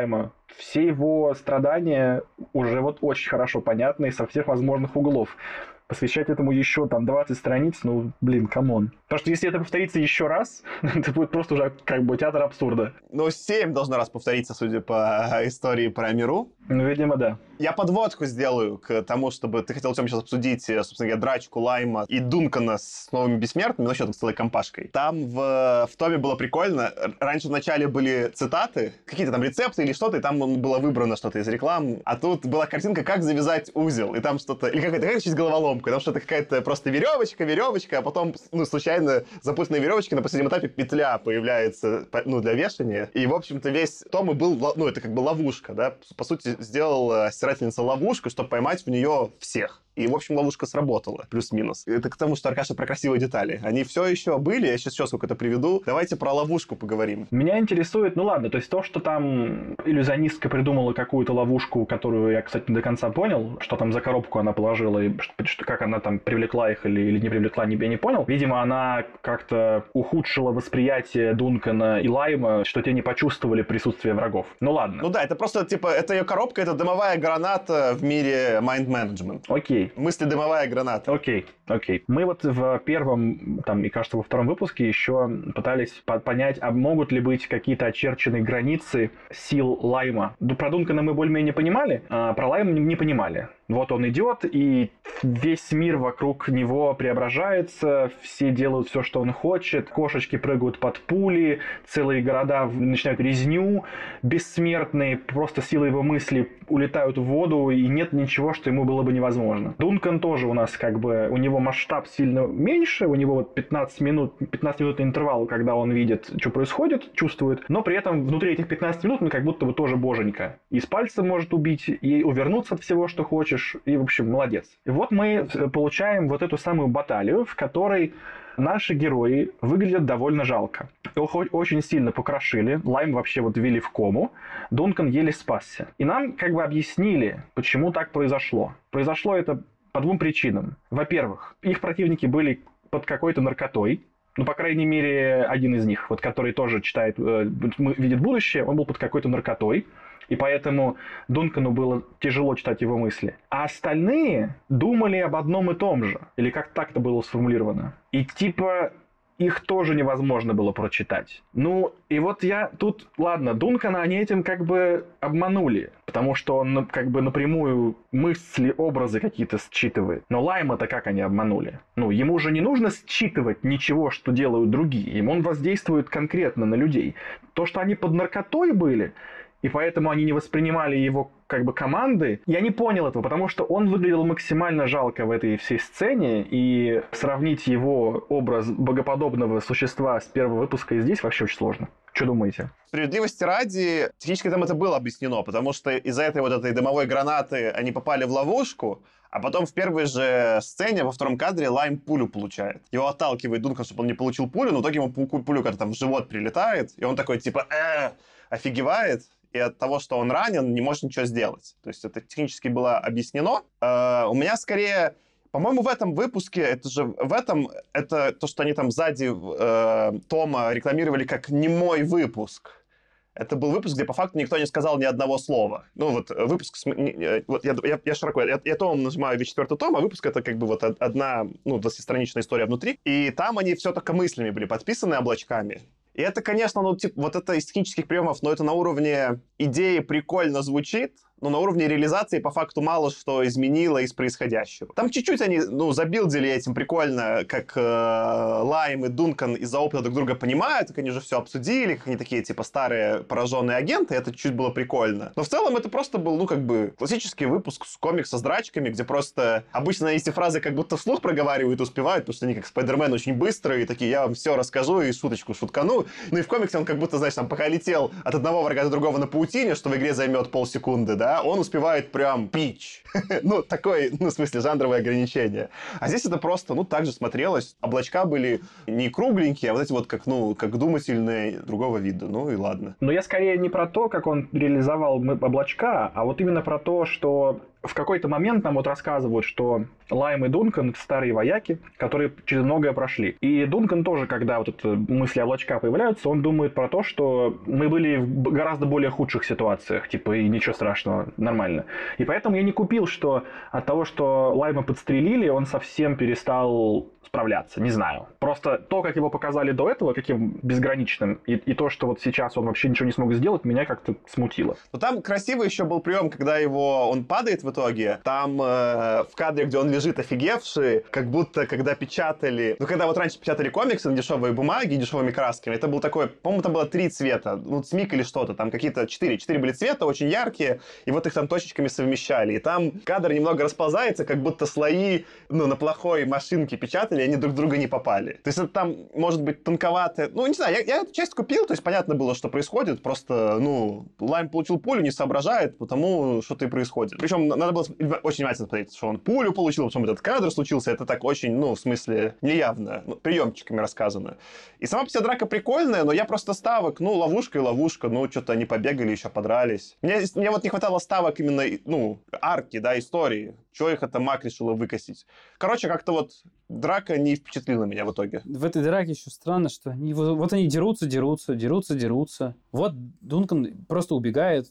все его страдания уже вот очень хорошо понятны со всех возможных углов. Посвящать этому еще там 20 страниц, ну, блин, камон. Потому что если это повторится еще раз, это будет просто уже как бы театр абсурда. Ну, 7 должно раз повториться, судя по истории про Миру. Ну, видимо, да. Я подводку сделаю к тому, чтобы ты хотел, Тём, сейчас обсудить, собственно говоря, драчку Лайма и Дункана с новыми бессмертными, ну, еще с целой компашкой. Там в томе было прикольно. Раньше в начале были цитаты, какие-то там рецепты или что-то, и там было выбрано что-то из реклам. А тут была картинка, как завязать узел. И там что-то... Или какая-то решить головоломку. Там что-то какая-то просто веревочка, а потом, ну, случайно запутанной веревочки на последнем этапе петля появляется, ну, для вешания. И, в общем-то, весь том и был, ну, это как бы ловушка, да. По сути, сделал стирательница ловушку, чтобы поймать в нее всех. И, в общем, ловушка сработала, плюс-минус. Это к тому, что, Аркаша, про красивые детали. Они все еще были, я сейчас еще сколько-то приведу. Давайте про ловушку поговорим. Меня интересует, ну ладно, то есть то, что там иллюзионистка придумала какую-то ловушку, которую я, кстати, не до конца понял, что там за коробку она положила, и как она там привлекла их или не привлекла, я не понял. Видимо, она как-то ухудшила восприятие Дункана и Лайма, что те не почувствовали присутствие врагов. Ну ладно. Ну да, это просто, типа, это ее коробка, это дымовая граната в мире майнд-менеджмент. Окей. Мысли-дымовая граната. Окей. Мы вот в первом, там, и кажется, во втором выпуске еще пытались понять, а могут ли быть какие-то очерченные границы сил Лайма. Про Дункана мы более-менее понимали, а про Лайма не понимали. Вот он идет, и весь мир вокруг него преображается, все делают все, что он хочет, кошечки прыгают под пули, целые города начинают резню, бессмертные, просто силой его мысли улетают в воду, и нет ничего, что ему было бы невозможно. Дункан тоже у нас как бы, у него масштаб сильно меньше, у него вот 15-минутный интервал, когда он видит, что происходит, чувствует, но при этом внутри этих 15 минут он как будто бы тоже боженька. И с пальца может убить, и увернуться от всего, что хочешь, и, в общем, молодец. И вот мы получаем вот эту самую баталию, в которой наши герои выглядят довольно жалко. Их очень сильно покрошили, Лайм вообще вот ввели в кому, Дункан еле спасся. И нам как бы объяснили, почему так произошло. Произошло это по двум причинам. Во-первых, их противники были под какой-то наркотой, ну, по крайней мере, один из них, вот, который тоже читает, видит будущее, он был под какой-то наркотой, и поэтому Дункану было тяжело читать его мысли. А остальные думали об одном и том же, или как так-то было сформулировано. И типа их тоже невозможно было прочитать. Ну, и вот я тут... Ладно, Дункана они этим как бы обманули, потому что он как бы напрямую мысли, образы какие-то считывает. Но Лайма-то как они обманули? Ну, ему же не нужно считывать ничего, что делают другие. Ему он воздействует конкретно на людей. То, что они под наркотой были... И поэтому они не воспринимали его как бы команды. Я не понял этого, потому что он выглядел максимально жалко в этой всей сцене, и сравнить его образ богоподобного существа с первого выпуска и здесь вообще очень сложно. Что думаете? Справедливости ради, технически там это было объяснено, потому что из-за этой дымовой гранаты они попали в ловушку, а потом в первой же сцене, во втором кадре, Лайм пулю получает. Его отталкивает Дункан, чтобы он не получил пулю, но в итоге ему пулю когда там в живот прилетает, и он такой типа офигевает, и от того, что он ранен, не может ничего сделать. То есть это технически было объяснено. У меня скорее... По-моему, в этом выпуске, это то, что они там сзади Тома рекламировали как немой выпуск. Это был выпуск, где по факту никто не сказал ни одного слова. Ну вот выпуск... Вот я широко... Я томом нажимаю весь 4-й том, а выпуск это как бы вот одна 20-страничная история внутри. И там они все только мыслями были подписаны облачками. И это, конечно, вот это из технических приемов, но это на уровне идеи прикольно звучит, но на уровне реализации по факту мало что изменило из происходящего. Там чуть-чуть они, забилдили этим прикольно, как Лайм и Дункан из-за опыта друг друга понимают, как они уже все обсудили, как они такие, типа, старые пораженные агенты, это чуть было прикольно. Но в целом это просто был, классический выпуск с комикса с драчками, где просто обычно эти фразы как будто вслух проговаривают и успевают, потому что они как Спайдермен очень быстрые, и такие, я вам все расскажу и шуточку шуткану. Ну и в комиксе он как будто, знаешь, там, пока летел от одного врага до другого на паутине, что в игре займет полсекунды, да, он успевает прям пич. Такое, в смысле, жанровое ограничение. А здесь это просто, так же смотрелось. Облачка были не кругленькие, а вот эти вот как думательные другого вида. Ну и ладно. Но я скорее не про то, как он реализовал облачка, а вот именно про то, что В какой-то момент нам вот рассказывают, что Лайм и Дункан — это старые вояки, которые через многое прошли. И Дункан тоже, когда вот эти мысли облачка появляются, он думает про то, что мы были в гораздо более худших ситуациях, типа, и ничего страшного, нормально. И поэтому я не купил, что от того, что Лайма подстрелили, он совсем перестал справляться, не знаю. Просто то, как его показали до этого, каким безграничным, и то, что вот сейчас он вообще ничего не смог сделать, меня как-то смутило. Но там красивый еще был прием, когда он падает в итоге. Там в кадре, где он лежит офигевший, как будто когда печатали... Ну, когда вот раньше печатали комиксы на дешевые бумаги, дешевыми красками, это был такой... По-моему, там было 3 цвета. Ну, СМИК или что-то. Там какие-то 4 были цвета, очень яркие, и вот их там точечками совмещали. И там кадр немного расползается, как будто слои, ну, на плохой машинке печатали, и они друг в друга не попали. То есть это там, может быть, тонковато... Ну, не знаю, я эту часть купил, то есть понятно было, что происходит. Просто, ну, Лайм получил пулю, не соображает, потому что-то и происходит. Причем надо было очень внимательно смотреть, что он пулю получил, потом этот кадр случился. Это так очень, ну, в смысле, неявно, ну, приемчиками рассказано. И сама по себе драка прикольная, но я просто ставок, ну, ловушка и ловушка, ну, что-то они побегали, еще подрались. Мне вот не хватало ставок именно, ну, арки, да, истории. Чего их это Мак решила выкосить. Короче, как-то вот драка не впечатлила меня в итоге. В этой драке еще странно, что вот они дерутся. Вот Дункан просто убегает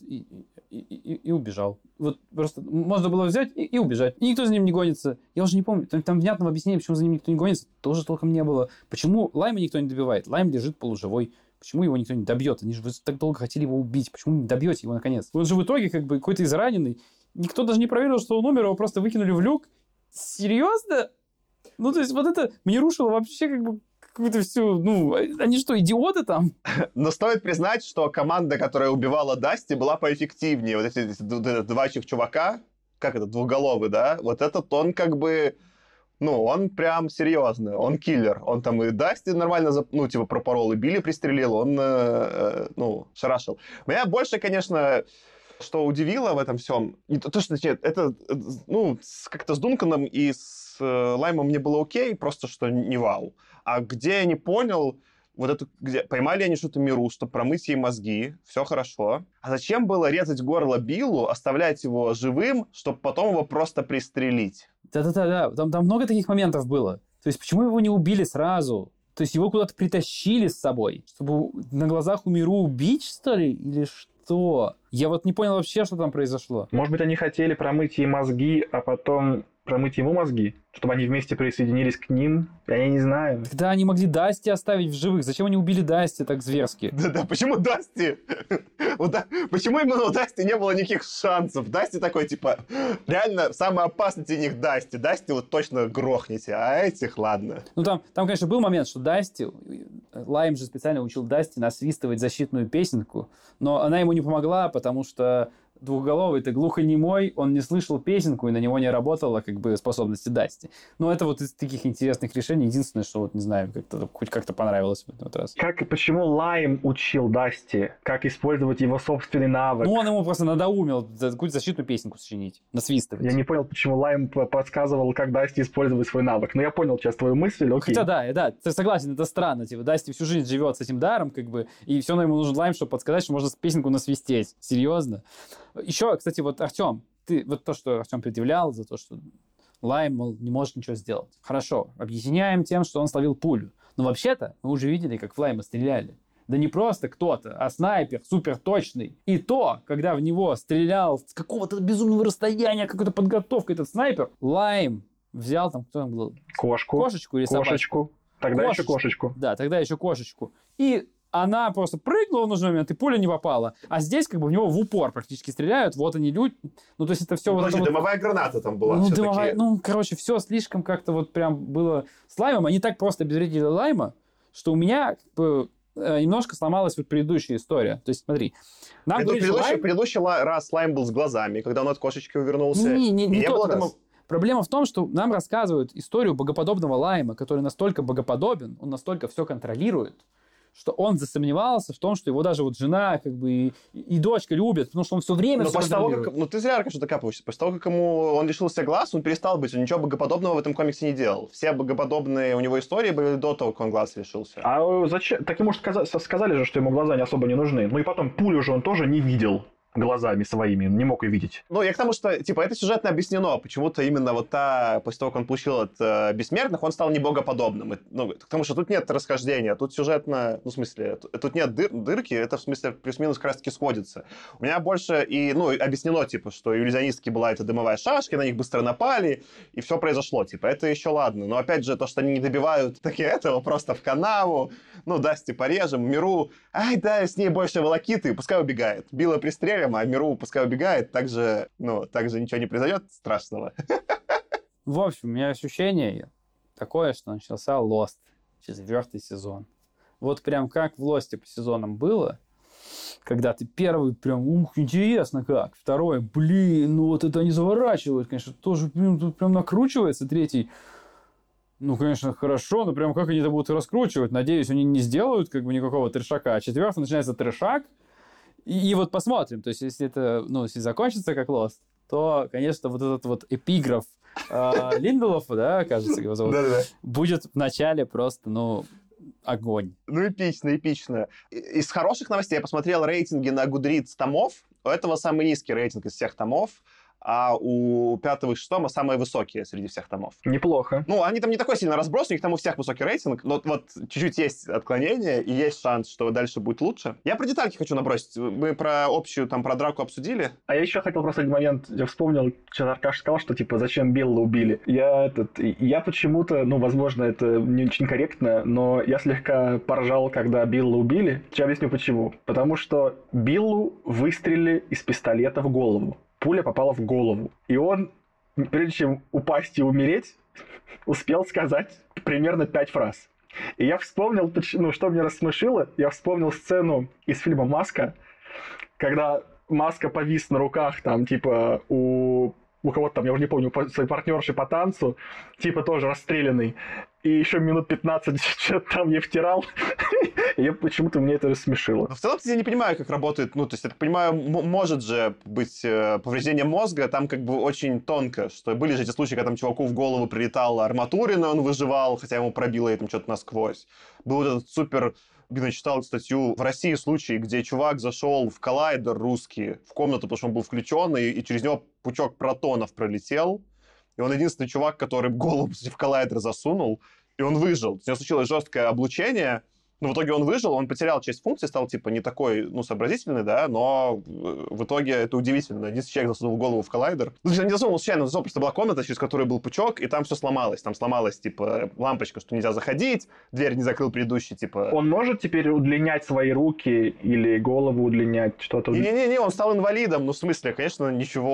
и убежал. Вот просто можно было взять и убежать. И никто за ним не гонится. Я уже не помню. Там внятного объяснения, почему за ним никто не гонится, тоже толком не было. Почему Лайма никто не добивает? Лайм лежит полуживой. Почему его никто не добьет? Они же так долго хотели его убить. Почему не добьете его наконец? Он же в итоге как бы какой-то израненный. Никто даже не проверил, что он умер, его просто выкинули в люк. Серьезно? Ну, то есть, вот это мне рушило вообще как бы какую-то всю... Ну, они что, идиоты там? Но стоит признать, что команда, которая убивала Дасти, была поэффективнее. Вот эти два чувака, как это, двухголовый, да? Вот этот он как бы... Ну, он прям серьезный, он киллер. Он там и Дасти нормально, ну, типа, пропорол, и Билли пристрелил, он, ну, шарашил. Меня больше, конечно... Что удивило в этом всем, не то, что нет, это, ну, как-то с Дунканом и с Лаймом мне было окей, просто что не вау. А где я не понял, вот это, где поймали они что-то Миру, чтобы промыть ей мозги, все хорошо. А зачем было резать горло Биллу, оставлять его живым, чтобы потом его просто пристрелить? Да, там много таких моментов было. То есть, почему его не убили сразу? То есть, его куда-то притащили с собой, чтобы на глазах у Миру убить, что ли, или что? Я вот не понял вообще, что там произошло. Может быть, они хотели промыть ей мозги, а потом промыть ему мозги, чтобы они вместе присоединились к ним? Я не знаю. Тогда они могли Дасти оставить в живых. Зачем они убили Дасти так зверски? Да, почему Дасти? Почему именно у Дасти не было никаких шансов? Дасти такой, типа, реально самый опасный для них Дасти. Дасти вот точно грохнете, а этих ладно. Ну, там, конечно, был момент, что Дасти... Лайм же специально учил Дасти насвистывать защитную песенку, но она ему не помогла, потому что двухголовый-то глухонемой, он не слышал песенку, и на него не работала как бы способности Дасти. Но это вот из таких интересных решений единственное, что вот, не знаю, как-то, хоть как-то понравилось в этот раз. Почему Лайм учил Дасти, как использовать его собственный навык? Ну, он ему просто надоумил какую-то защитную песенку сочинить, насвистывать. Я не понял, почему Лайм подсказывал, как Дасти использовать свой навык. Но я понял сейчас твою мысль, окей. Хотя да, ты согласен, это странно. Типа, Дасти всю жизнь живет с этим даром, как бы, и все равно ему нужен Лайм, чтобы подсказать, что можно песенку насвистеть. Серьезно? Еще, кстати, вот, Артем, ты вот то, что Артем предъявлял за то, что Лайм, мол, не может ничего сделать. Хорошо, объясняем тем, что он словил пулю. Но вообще-то мы уже видели, как в Лайма стреляли. Да не просто кто-то, а снайпер суперточный. И то, когда в него стрелял с какого-то безумного расстояния, какой-то подготовкой этот снайпер, Лайм взял там, кто там был? Кошечку или собачку? Кошечку. Тогда еще кошечку. Да, тогда еще кошечку. И она просто прыгнула в нужный момент, и пуля не попала. А здесь как бы в него в упор практически стреляют. Вот они люди. Ну, то есть это все... Подожди, вот дымовая граната там была все-таки. Короче, все слишком как-то вот прям было с Лаймом. Они так просто обезвредили Лайма, что у меня как бы немножко сломалась вот предыдущая история. То есть смотри. Предыдущий раз Лайм был с глазами, когда он от кошечки увернулся. Не тот раз. Проблема в том, что нам рассказывают историю богоподобного Лайма, который настолько богоподобен, он настолько все контролирует, что он засомневался в том, что его даже вот жена как бы и дочка любят, потому что он все время все контролирует. Ты зря, что докапываешься. После того, как он лишился глаз, он перестал быть. Он ничего богоподобного в этом комиксе не делал. Все богоподобные у него истории были до того, как он глаз лишился. А зачем? Так ему сказали же, что ему глаза не особо не нужны. Ну и потом пулю же он тоже не видел. глазами своими, не мог ее видеть. Ну, я к тому, что, типа, это сюжетно объяснено. Почему-то именно вот после того, как он получил от бессмертных, он стал небогоподобным. Ну, к тому, что тут нет расхождения, тут сюжетно, ну, в смысле, тут нет дырки, это, в смысле, плюс-минус как раз-таки сходится. У меня больше объяснено, типа, что у иллюзионистки была эта дымовая шашка, на них быстро напали, и все произошло, типа, это еще ладно. Но, опять же, то, что они не добивают таки этого просто в канаву, ну, Дасти порежем, Миру, ай, да, с ней больше волокиты, пускай убегает. Билла пристрелим, а Миру пускай убегает, так же ничего не произойдет страшного. В общем, у меня ощущение такое, что начался Lost, 4-й сезон. Вот прям как в Lost по сезонам было, когда ты первый прям, интересно как, второй, ну вот это они заворачивают, конечно, тоже тут прям накручивается, третий, ну, конечно, хорошо, но прям как они это будут раскручивать, надеюсь, они не сделают как бы никакого трешака, а 4-й начинается трешак, и вот посмотрим, то есть если это, если закончится как Lost, то, конечно, вот этот вот эпиграф Линделофа, да, кажется, его зовут, будет в начале просто, огонь. Ну, эпично. Из хороших новостей я посмотрел рейтинги на Goodreads томов. У этого самый низкий рейтинг из всех томов, а у 5-го и 6-го самые высокие среди всех томов. Неплохо. Ну, они там не такой сильно разбросы, у них там у всех высокий рейтинг, но вот чуть-чуть есть отклонение, и есть шанс, что дальше будет лучше. Я про детальки хочу набросить. Мы про общую, про драку обсудили. А я еще хотел просто один момент, я вспомнил, что Аркаш сказал, что, типа, зачем Билла убили. Я почему-то, возможно, это не очень корректно, но я слегка поржал, когда Билла убили. Сейчас объясню почему. Потому что Биллу выстрелили из пистолета в голову. Пуля попала в голову. И он, прежде чем упасть и умереть, успел сказать примерно 5 фраз. И я вспомнил, что меня рассмешило, я вспомнил сцену из фильма «Маска», когда Маска повис на руках, там, типа, у кого-то там, я уже не помню, своей партнерши по танцу, типа, тоже расстрелянный. И еще минут 15 что-то там я втирал. И почему-то мне это рассмешило. Но в целом я не понимаю, как работает. Ну, то есть, я так понимаю, может же быть повреждение мозга, там как бы очень тонко, что были же эти случаи, когда там чуваку в голову прилетала арматурина, он выживал, хотя ему пробило там что-то насквозь. Был вот этот супер... Я читал статью в России случай, где чувак зашел в коллайдер русский в комнату, потому что он был включен, и через него пучок протонов пролетел. И он единственный чувак, который голову в коллайдер засунул, и он выжил. У него случилось жесткое облучение, но в итоге он выжил, он потерял часть функций, стал, типа, не такой, сообразительный, да, но в итоге это удивительно. Единственный человек засунул голову в коллайдер. Ну, не засунул случайно, засунул, просто была комната, через которую был пучок, и там все сломалось. Там сломалась, типа, лампочка, что нельзя заходить, дверь не закрыл предыдущий, типа... Он может теперь удлинять свои руки или голову удлинять, что-то? Не-не-не, он стал инвалидом, в смысле, конечно,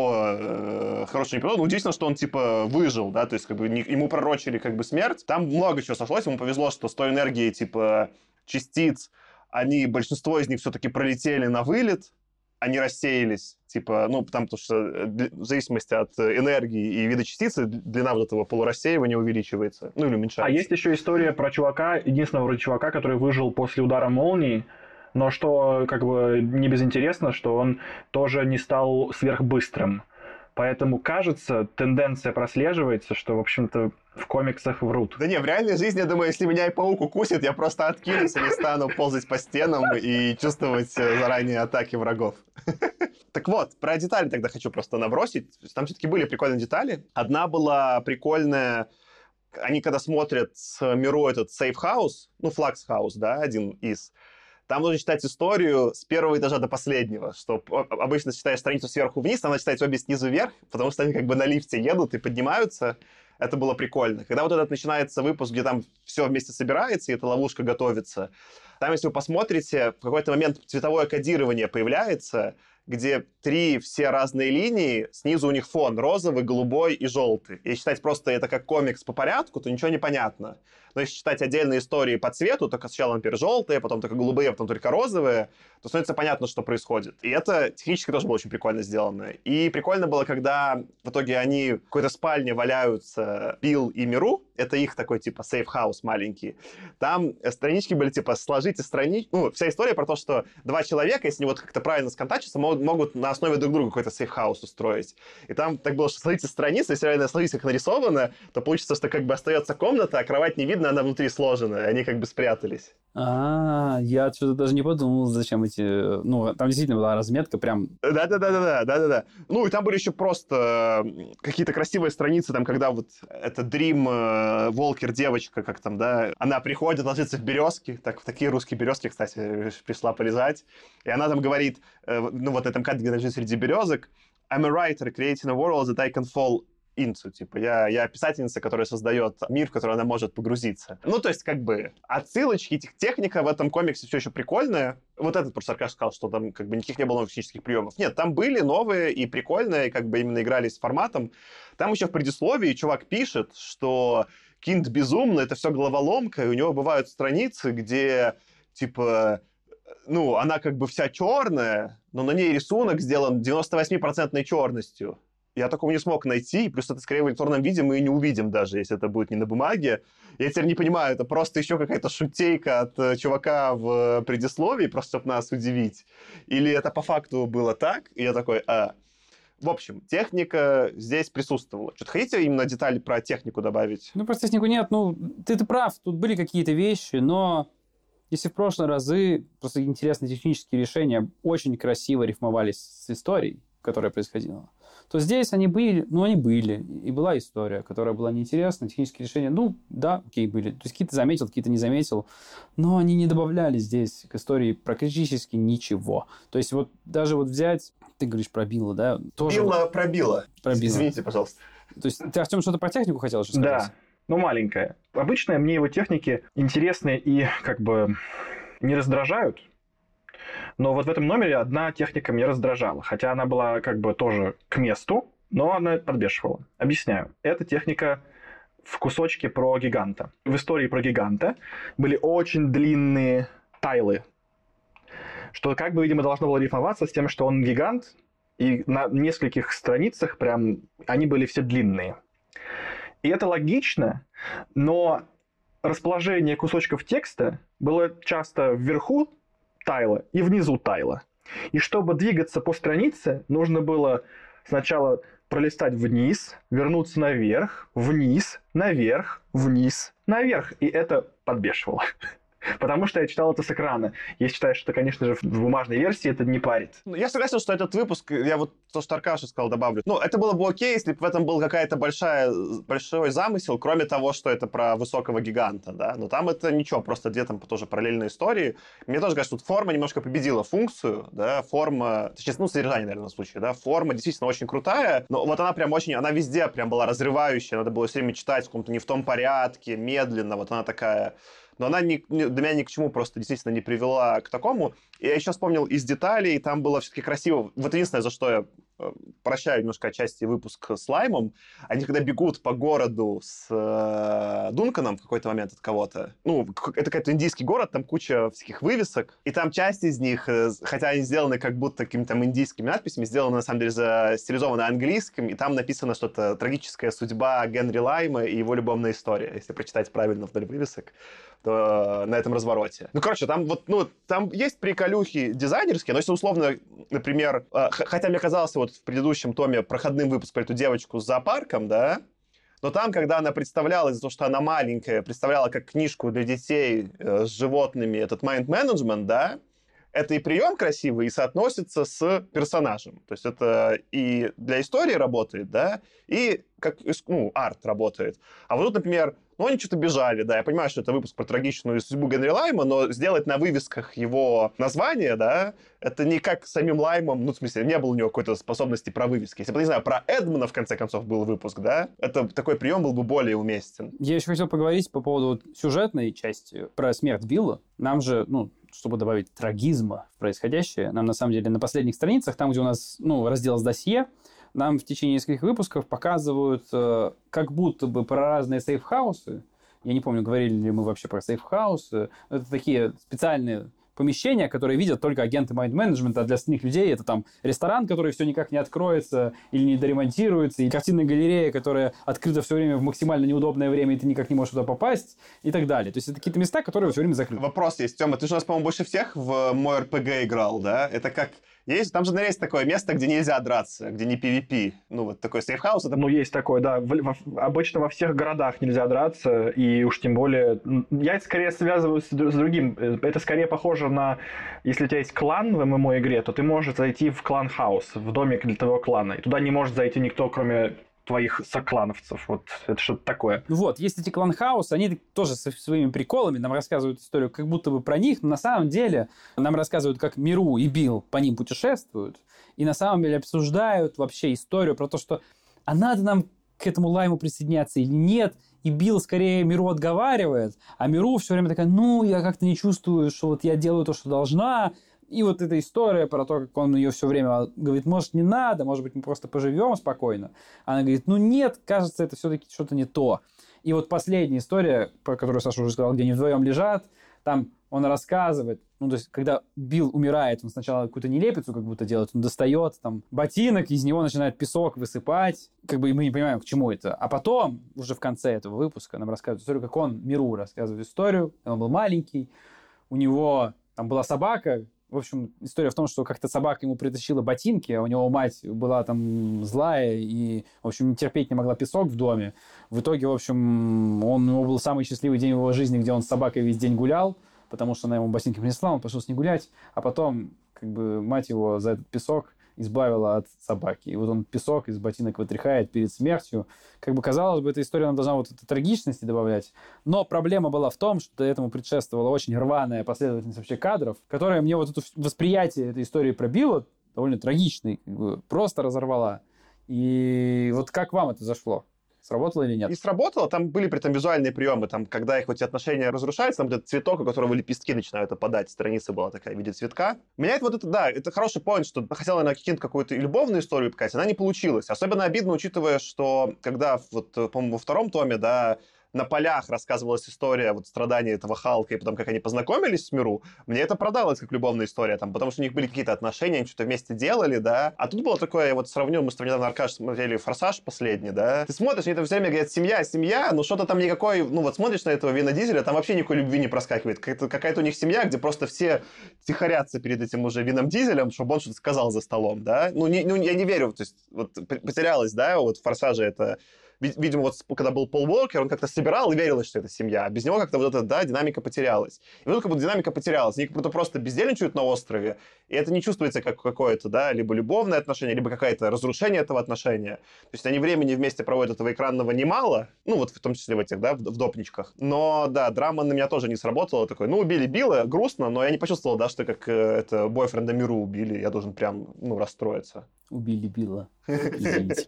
ничего хорошего не произошло. Но удивительно, что он, типа, выжил, да, то есть, как бы, ему пророчили, как бы, смерть. Там много чего сошлось, ему повезло, что с той энергией, типа... частиц, большинство из них все-таки пролетели на вылет, они рассеялись, типа, потому что в зависимости от энергии и вида частицы длина вот этого полурассеивания увеличивается, или уменьшается. А есть еще история про чувака, единственного вроде чувака, который выжил после удара молнии, но что, как бы, не безинтересно, что он тоже не стал сверхбыстрым. Поэтому, кажется, тенденция прослеживается, что, в общем-то, в комиксах врут. Да не, в реальной жизни, я думаю, если меня и паук укусит, я просто откинусь и не стану ползать по стенам и чувствовать заранее атаки врагов. Так вот, про детали тогда хочу просто набросить. Там все-таки были прикольные детали. Одна была прикольная... Они когда смотрят с Миру этот Safe House, Flux House, да, один из... Там нужно читать историю с первого этажа до последнего, что обычно читаешь страницу сверху вниз, там надо читать обе снизу вверх, потому что они как бы на лифте едут и поднимаются. Это было прикольно. Когда вот этот начинается выпуск, где там все вместе собирается, и эта ловушка готовится, там, если вы посмотрите, в какой-то момент цветовое кодирование появляется, где 3 все разные линии, снизу у них фон розовый, голубой и желтый. И читать просто это как комикс по порядку, то ничего не понятно. Но если читать отдельные истории по цвету, только сначала, например, желтые, потом только голубые, потом только розовые, то становится понятно, что происходит. И это технически тоже было очень прикольно сделано. И прикольно было, когда в итоге они в какой-то спальне валяются, Билл и Миру, это их такой типа сейф-хаус маленький. Там странички были типа «сложите страничку». Вся история про то, что 2 человека, если они вот как-то правильно сконтачатся, могут на основе друг друга какой-то сейф-хаус устроить. И там так было, что сложите страницы, если реально сложите, как нарисовано, то получится, что как бы остается комната, а кровать не видно, видно, она внутри сложенная, они как бы спрятались. Я что-то даже не подумал, зачем эти... Ну, там действительно была разметка прям... Да. Ну, и там были еще просто какие-то красивые страницы, там, когда вот эта Дрим Волкер девочка, как там, да, она приходит, ложится в березки, так, в такие русские березки, кстати, пришла полезать, и она там говорит, ну, вот в этом кадре, где она лежит среди березок, I'm a writer creating a world that I can fall into, типа, я писательница, которая создает мир, в который она может погрузиться. Ну, то есть, как бы, отсылочки, техника в этом комиксе все еще прикольная. Вот этот просто Аркаш сказал, что там, как бы, никаких не было новых технических приемов. Нет, там были новые и прикольные, как бы, именно играли с форматом. Там еще в предисловии чувак пишет, что Кинт безумно, это все головоломка, и у него бывают страницы, где, типа, ну, она как бы вся черная, но на ней рисунок сделан 98% черностью. Я такого не смог найти, плюс это скорее в электронном виде мы и не увидим даже, если это будет не на бумаге. Я теперь не понимаю, это просто еще какая-то шутейка от чувака в предисловии, просто чтобы нас удивить. Или это по факту было так, и я такой, В общем, техника здесь присутствовала. Что-то хотите именно детали про технику добавить? Ну, про технику нет. Ну, ты прав, тут были какие-то вещи, но если в прошлые разы просто интересные технические решения очень красиво рифмовались с историей, которая происходила, то здесь они были, и была история, которая была неинтересна, технические решения, ну, да, окей, были. То есть какие-то заметил, какие-то не заметил, но они не добавляли здесь к истории практически ничего. То есть вот даже вот взять, ты говоришь про Билла, да? Тоже Билла пробила. Извините, пожалуйста. То есть ты, Артем, что-то про технику хотел еще сказать? Да, ну, маленькая. Обычно мне его техники интересны и как бы не раздражают. Но вот в этом номере одна техника меня раздражала. Хотя она была как бы тоже к месту, но она подбешивала. Объясняю. Это техника в кусочке про гиганта. В истории про гиганта были очень длинные тайлы. Что как бы, видимо, должно было рифмоваться с тем, что он гигант. И на нескольких страницах прям они были все длинные. И это логично, но расположение кусочков текста было часто вверху тайла и внизу тайла. И чтобы двигаться по странице, нужно было сначала пролистать вниз, вернуться наверх, вниз, наверх, вниз, наверх. И это подбешивало. Потому что я читал это с экрана. Я считаю, что, конечно же, в бумажной версии это не парит. Я согласен, что этот выпуск, я вот то, что Аркаша сказал, добавлю. Ну, это было бы окей, если бы в этом был какая-то большой замысел, кроме того, что это про высокого гиганта, да. Но там это ничего, просто две там тоже параллельные истории. Мне тоже кажется, тут форма немножко победила функцию, да, форма, точнее, ну, содержание, наверное, в случае, да. Форма действительно очень крутая, но вот она прям очень, она везде прям была разрывающая, надо было все время читать в каком-то не в том порядке, медленно, вот она такая... Но она для меня ни к чему просто действительно не привела к такому. И я еще вспомнил из деталей, там было все-таки красиво. Вот единственное, за что я прощаю немножко отчасти выпуск с Лаймом, они когда бегут по городу с Дунканом в какой-то момент от кого-то, ну, это какой-то индийский город, там куча всяких вывесок, и там часть из них, хотя они сделаны как будто какими-то там индийскими надписями, сделаны на самом деле стилизованы английским, и там написано что-то «Трагическая судьба Генри Лайма и его любовная история», если прочитать правильно вдоль вывесок, то на этом развороте. Ну, короче, там вот, ну, там есть приколюхи дизайнерские, но если условно, например, хотя мне казалось вот в предыдущем томе проходным выпуск про эту девочку с зоопарком, да, но там, когда она представляла, из-за того, что она маленькая, представляла как книжку для детей с животными этот mind management, да, это и прием красивый, и соотносится с персонажем. То есть это и для истории работает, да, и как, ну, арт работает. А вот тут, например, ну, они что-то бежали, да, я понимаю, что это выпуск про трагичную судьбу Генри Лайма, но сделать на вывесках его название, да, это не как самим Лаймом, ну, в смысле, не было у него какой-то способности про вывески. Если бы, не знаю, про Эдмона, в конце концов, был выпуск, да, это такой прием был бы более уместен. Я еще хотел поговорить по поводу сюжетной части про смерть Билла. Нам же, ну, чтобы добавить трагизма в происходящее, нам, на самом деле, на последних страницах, там, где у нас, ну, раздел с досье, нам в течение нескольких выпусков показывают как будто бы про разные сейф-хаусы. Я не помню, говорили ли мы вообще про сейф-хаусы. Это такие специальные помещения, которые видят только агенты майнд-менеджмента, а для остальных людей это там ресторан, который все никак не откроется или не доремонтируется, и картинная галерея, которая открыта все время в максимально неудобное время, и ты никак не можешь туда попасть, и так далее. То есть это какие-то места, которые все время закрыты. Вопрос есть, Тёма, ты же у нас, по-моему, больше всех в мой РПГ играл, да? Это как Есть, там же, наверное, есть такое место, где нельзя драться, где не PvP. Ну, вот такой сейфхаус. Это... Ну, есть такое, да. Обычно во всех городах нельзя драться, и уж тем более... Я это скорее связываю с другим. Это скорее похоже на... Если у тебя есть клан в ММО-игре, то ты можешь зайти в клан-хаус, в домик для твоего клана. И туда не может зайти никто, кроме твоих соклановцев. Вот это что-то такое. Вот, есть эти клан-хаус, они тоже со своими приколами нам рассказывают историю как будто бы про них, но на самом деле нам рассказывают, как Миру и Билл по ним путешествуют, и на самом деле обсуждают вообще историю про то, что а надо нам к этому лайму присоединяться или нет, и Билл скорее Миру отговаривает, а Миру все время такая, ну, я как-то не чувствую, что вот я делаю то, что должна. И вот эта история про то, как он ее все время говорит, может, не надо, может быть, мы просто поживем спокойно. Она говорит, ну нет, кажется, это все-таки что-то не то. И вот последняя история, про которую Саша уже сказал, где они вдвоем лежат, там он рассказывает, ну, то есть, когда Билл умирает, он сначала какую-то нелепицу как будто делает, он достает там ботинок, из него начинает песок высыпать, как бы и мы не понимаем, к чему это. А потом, уже в конце этого выпуска, нам рассказывают историю, как он Миру рассказывает историю, он был маленький, у него там была собака. В общем, история в том, что как-то собака ему притащила ботинки, а у него мать была там злая и, в общем, терпеть не могла песок в доме. В итоге, в общем, у него был самый счастливый день в его жизни, где он с собакой весь день гулял, потому что она ему ботинки принесла, он пошел с ней гулять, а потом, как бы, мать его за этот песок избавила от собаки. И вот он песок из ботинок вытряхает перед смертью. Как бы, казалось бы, эта история нам должна вот этой трагичности добавлять. Но проблема была в том, что этому предшествовала очень рваная последовательность вообще кадров, которая мне вот это восприятие этой истории про Билла довольно трагичной, как бы, просто разорвала. И вот как вам это зашло? Сработало или нет? И сработало. Там были при этом визуальные приемы. Там, когда их вот эти отношения разрушаются, там этот цветок, у которого лепестки начинают опадать. Страница была такая в виде цветка. Меня это вот это, да, это хороший поинт, что хотела она какую-то любовную историю показать, она не получилась. Особенно обидно, учитывая, что когда, вот, по-моему, во втором томе, да, на полях рассказывалась история вот страдания этого Халка и потом, как они познакомились с Миру, мне это продалось как любовная история, там, потому что у них были какие-то отношения, они что-то вместе делали, да. А тут было такое, вот сравнил, мы с тобой недавно, Аркаш, смотрели «Форсаж» последний, да. Ты смотришь, они там все время говорят «семья, семья», но что-то там никакой, ну вот смотришь на этого Вина Дизеля, там вообще никакой любви не проскакивает. Какая-то у них семья, где просто все тихорятся перед этим уже Вином Дизелем, чтобы он что-то сказал за столом, да. Ну, я не верю, то есть вот потерялась, да, вот в «Форсаже» это... Видимо, вот когда был Пол Уокер, он как-то собирал и верилось, что это семья. А без него как-то вот эта, да, динамика потерялась. И вот как будто динамика потерялась. Они как будто просто бездельничают на острове, и это не чувствуется как какое-то, да, либо любовное отношение, либо какое-то разрушение этого отношения. То есть они времени вместе проводят этого экранного немало, ну вот в том числе в этих, да, в допничках. Но, да, драма на меня тоже не сработала. Такой, ну, убили Билла, грустно, но я не почувствовал, да, что как это бойфренда Миру убили. Я должен прям, ну, расстроиться. Убили Билла. Извините.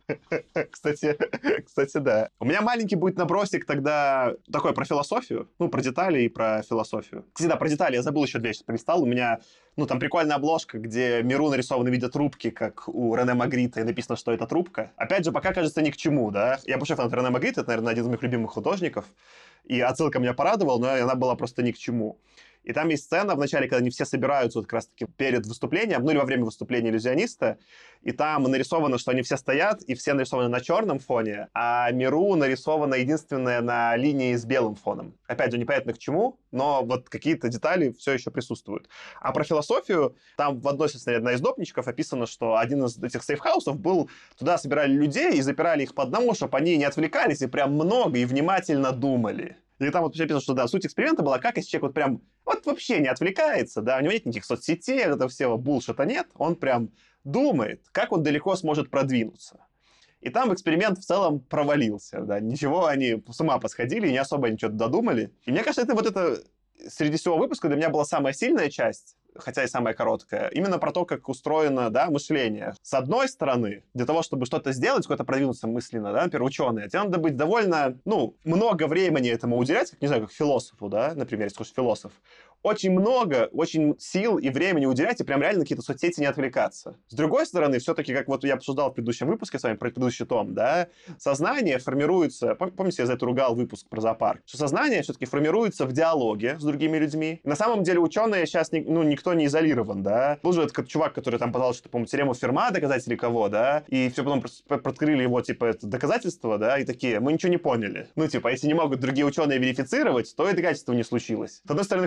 Кстати, да. У меня маленький будет набросик тогда такой про философию, ну, про детали и про философию. Кстати, да, про детали я забыл еще две, сейчас пролистал. У меня, ну, там прикольная обложка, где Миру нарисованы в виде трубки, как у Рене Магрита, и написано, что это трубка. Опять же, пока кажется ни к чему, да. Я большой фанат Рене Магрита, это, наверное, один из моих любимых художников. И отсылка меня порадовала, но она была просто ни к чему. И там есть сцена в начале, когда они все собираются вот как раз-таки перед выступлением, ну или во время выступления иллюзиониста, и там нарисовано, что они все стоят, и все нарисованы на черном фоне, а Миру нарисована единственная на линии с белым фоном. Опять же, непонятно к чему, но вот какие-то детали все еще присутствуют. А про философию, там в одной из допничков описано, что один из этих сейфхаусов был, туда собирали людей и запирали их по одному, чтобы они не отвлекались и прям много и внимательно думали. И там вот написано, что, да, суть эксперимента была, как если человек вот прям вот вообще не отвлекается, да, у него нет никаких соцсетей, этого всего булшита нет, он прям думает, как он далеко сможет продвинуться. И там эксперимент в целом провалился, да, ничего, они с ума посходили, не особо ничего додумали. И мне кажется, это среди всего выпуска для меня была самая сильная часть, хотя и самая короткая, именно про то, как устроено, да, мышление. С одной стороны, для того, чтобы что-то сделать, куда-то продвинуться мысленно, да, например, ученые, тебе надо быть довольно, ну, много времени этому уделять, как, не знаю, как философу, да, например, если хочешь философ. Очень много, очень сил и времени уделять, и прям реально какие-то соцсети не отвлекаться. С другой стороны, все-таки, как вот я обсуждал в предыдущем выпуске с вами, про предыдущий том, да, сознание формируется, помните, я за это ругал выпуск про зоопарк, что сознание все-таки формируется в диалоге с другими людьми. И на самом деле ученые сейчас, ну, никто не изолирован, да. Был же этот чувак, который там пытался что-то, по-моему, теорему Ферма доказать или кого, да, и все потом подкрыли его, типа, это доказательства, да, и такие, мы ничего не поняли. Ну, типа, если не могут другие ученые верифицировать, то и доказательства не случилось. С одной стороны, хорошо, что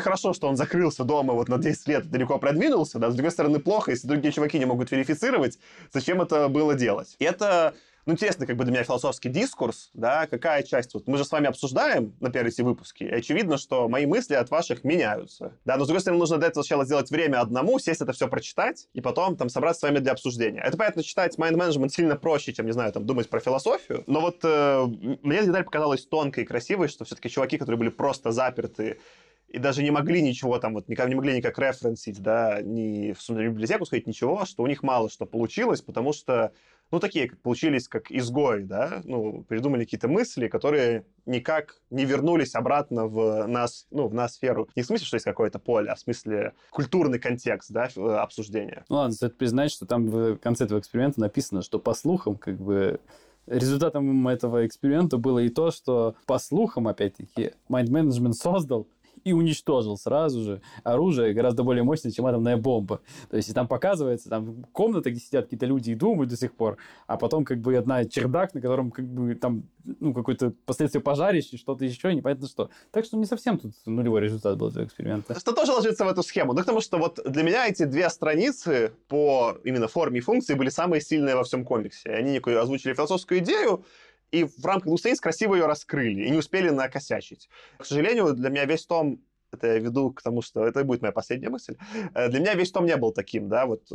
что он закрылся дома вот на 10 лет, далеко продвинулся, да, с другой стороны, плохо, если другие чуваки не могут верифицировать, зачем это было делать. И это, ну, интересный как бы для меня философский дискурс, да, какая часть, вот мы же с вами обсуждаем, например, эти выпуски, и очевидно, что мои мысли от ваших меняются, да, но с другой стороны, нужно для этого сначала сделать время одному, сесть это все прочитать, и потом там собраться с вами для обсуждения. Это, понятно, читать mind management сильно проще, чем, не знаю, там, думать про философию, но вот мне эта деталь показалась тонкой и красивой, что все-таки чуваки, которые были просто заперты и даже не могли ничего там, вот, никак не могли никак референсить, да, ни в сумму библиотеку сказать, ничего, что у них мало что получилось, потому что ну, такие, как получились, как изгои, да, ну, придумали какие-то мысли, которые никак не вернулись обратно в нас, ну, в ноосферу. Не в смысле, что есть какое-то поле, а в смысле культурный контекст, да, обсуждения. Ну, ладно, стоит признать, что там в конце этого эксперимента написано, что по слухам, как бы, результатом этого эксперимента было и то, что по слухам, опять-таки, Mind Management создал и уничтожил сразу же оружие гораздо более мощное, чем атомная бомба. То есть, и там показывается, там комната, где сидят какие-то люди и думают до сих пор, а потом как бы одна чердак, на котором как бы там, ну, какое-то последствие пожарища, что-то еще, непонятно что. Так что не совсем тут нулевой результат был этого эксперимента. Что тоже ложится в эту схему. Ну, потому что вот для меня эти две страницы по именно форме и функции были самые сильные во всем комиксе. Они некую озвучили философскую идею, и в рамках двух страниц красиво ее раскрыли, и не успели накосячить. К сожалению, для меня весь том, это я веду к тому, что это будет моя последняя мысль, для меня весь том не был таким, да, вот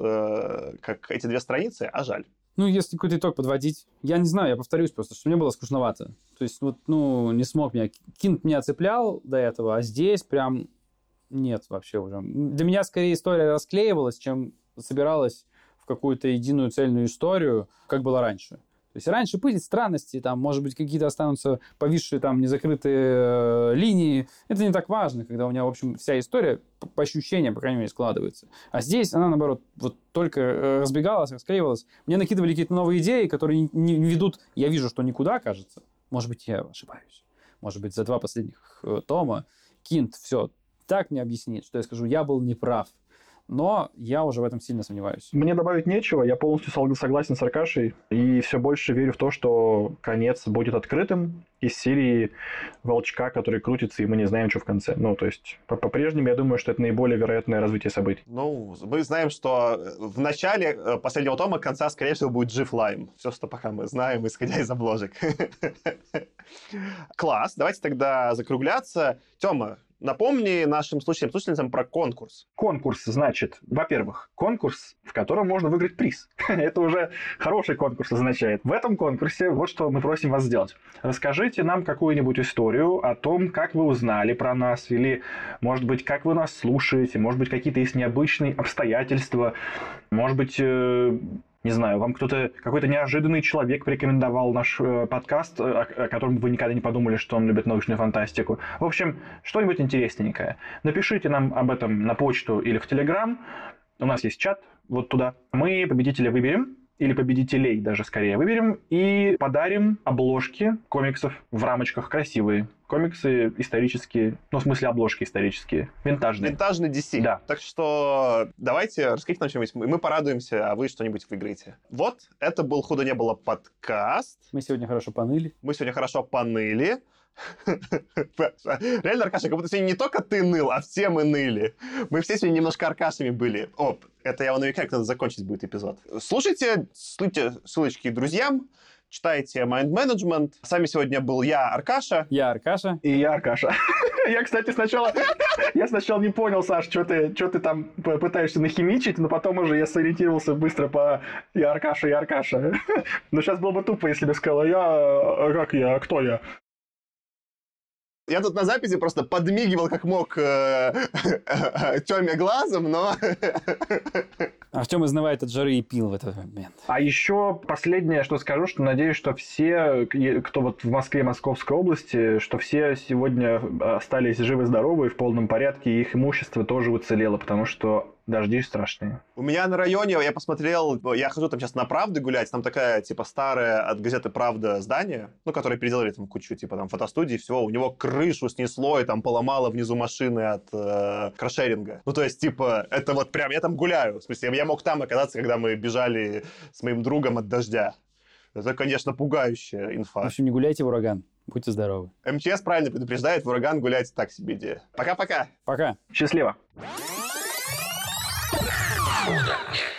как эти две страницы, а жаль. Ну, если какой-то итог подводить, я не знаю, я повторюсь просто, что мне было скучновато. То есть, вот, ну, не смог меня... Кинт меня цеплял до этого, а здесь прям нет вообще уже. Для меня скорее история расклеивалась, чем собиралась в какую-то единую цельную историю, как было раньше. То есть раньше были странности, там, может быть, какие-то останутся повисшие там незакрытые линии. Это не так важно, когда у меня, в общем, вся история по ощущениям, по крайней мере, складывается. А здесь она, наоборот, вот только разбегалась, расклеивалась. Мне накидывали какие-то новые идеи, которые не ведут, я вижу, что никуда, кажется. Может быть, я ошибаюсь. Может быть, за 2 последних тома Кинт все так мне объяснит, что я скажу, я был неправ. Но я уже в этом сильно сомневаюсь. Мне добавить нечего, я полностью согласен с Аркашей и все больше верю в то, что конец будет открытым из серии волчка, который крутится, и мы не знаем, что в конце. Ну, то есть, по-прежнему, я думаю, что это наиболее вероятное развитие событий. Ну, мы знаем, что в начале последнего тома конца, скорее всего, будет жив Лайм. Все, что пока мы знаем, исходя из обложек. Класс, давайте тогда закругляться. Тёма, напомни нашим слушателям про конкурс. Конкурс, значит, во-первых, конкурс, в котором можно выиграть приз. Это уже хороший конкурс означает. В этом конкурсе вот что мы просим вас сделать. Расскажите нам какую-нибудь историю о том, как вы узнали про нас, или, может быть, как вы нас слушаете, может быть, какие-то есть необычные обстоятельства, может быть... Не знаю, вам какой-то неожиданный человек порекомендовал наш подкаст, о котором вы никогда не подумали, что он любит научную фантастику. В общем, что-нибудь интересненькое. Напишите нам об этом на почту или в Телеграм. У нас есть чат, вот туда. Мы победителя выберем, или победителей даже скорее выберем, и подарим обложки комиксов в рамочках красивые. Комиксы исторические, ну, в смысле, обложки исторические, винтажные. Винтажный DC. Да. Так что давайте, расскажите нам что-нибудь, мы порадуемся, а вы что-нибудь выиграете. Вот, это был «Худо не было» подкаст. Мы сегодня хорошо поныли. Реально, Аркаша, как будто сегодня не только ты ныл, а все мы ныли. Мы все сегодня немножко Аркашами были. Это я намекаю, когда закончить будет эпизод. Слушайте ссылочки друзьям, читайте Mind Management. С вами сегодня был я, Аркаша. Я Аркаша. И я Аркаша. Я, кстати, сначала не понял, Саш, что ты там пытаешься нахимичить, но потом уже я сориентировался быстро по я Аркаша. Но сейчас было бы тупо, если бы сказала кто я? Я тут на записи просто подмигивал как мог Тёме глазом, но... Артём изнывает от жары и пил в этот момент. А еще последнее, что скажу, что надеюсь, что все, кто вот в Москве, Московской области, что все сегодня остались живы-здоровы и в полном порядке, и их имущество тоже уцелело, потому что дожди страшные. У меня на районе, я посмотрел, я хожу там сейчас на «Правды» гулять, там такая, типа, старая от газеты «Правда» здание, ну, которое переделали там кучу, типа, там, фотостудии и всего, у него крышу снесло и там поломало внизу машины от крашеринга. Ну, то есть, типа, это вот прям, я там гуляю, в смысле, я мог там оказаться, когда мы бежали с моим другом от дождя. Это, конечно, пугающая инфа. В общем, не гуляйте в ураган. Будьте здоровы. МЧС правильно предупреждает, в ураган гулять так себе идея. Пока-пока. Пока. Счастливо. Удачи.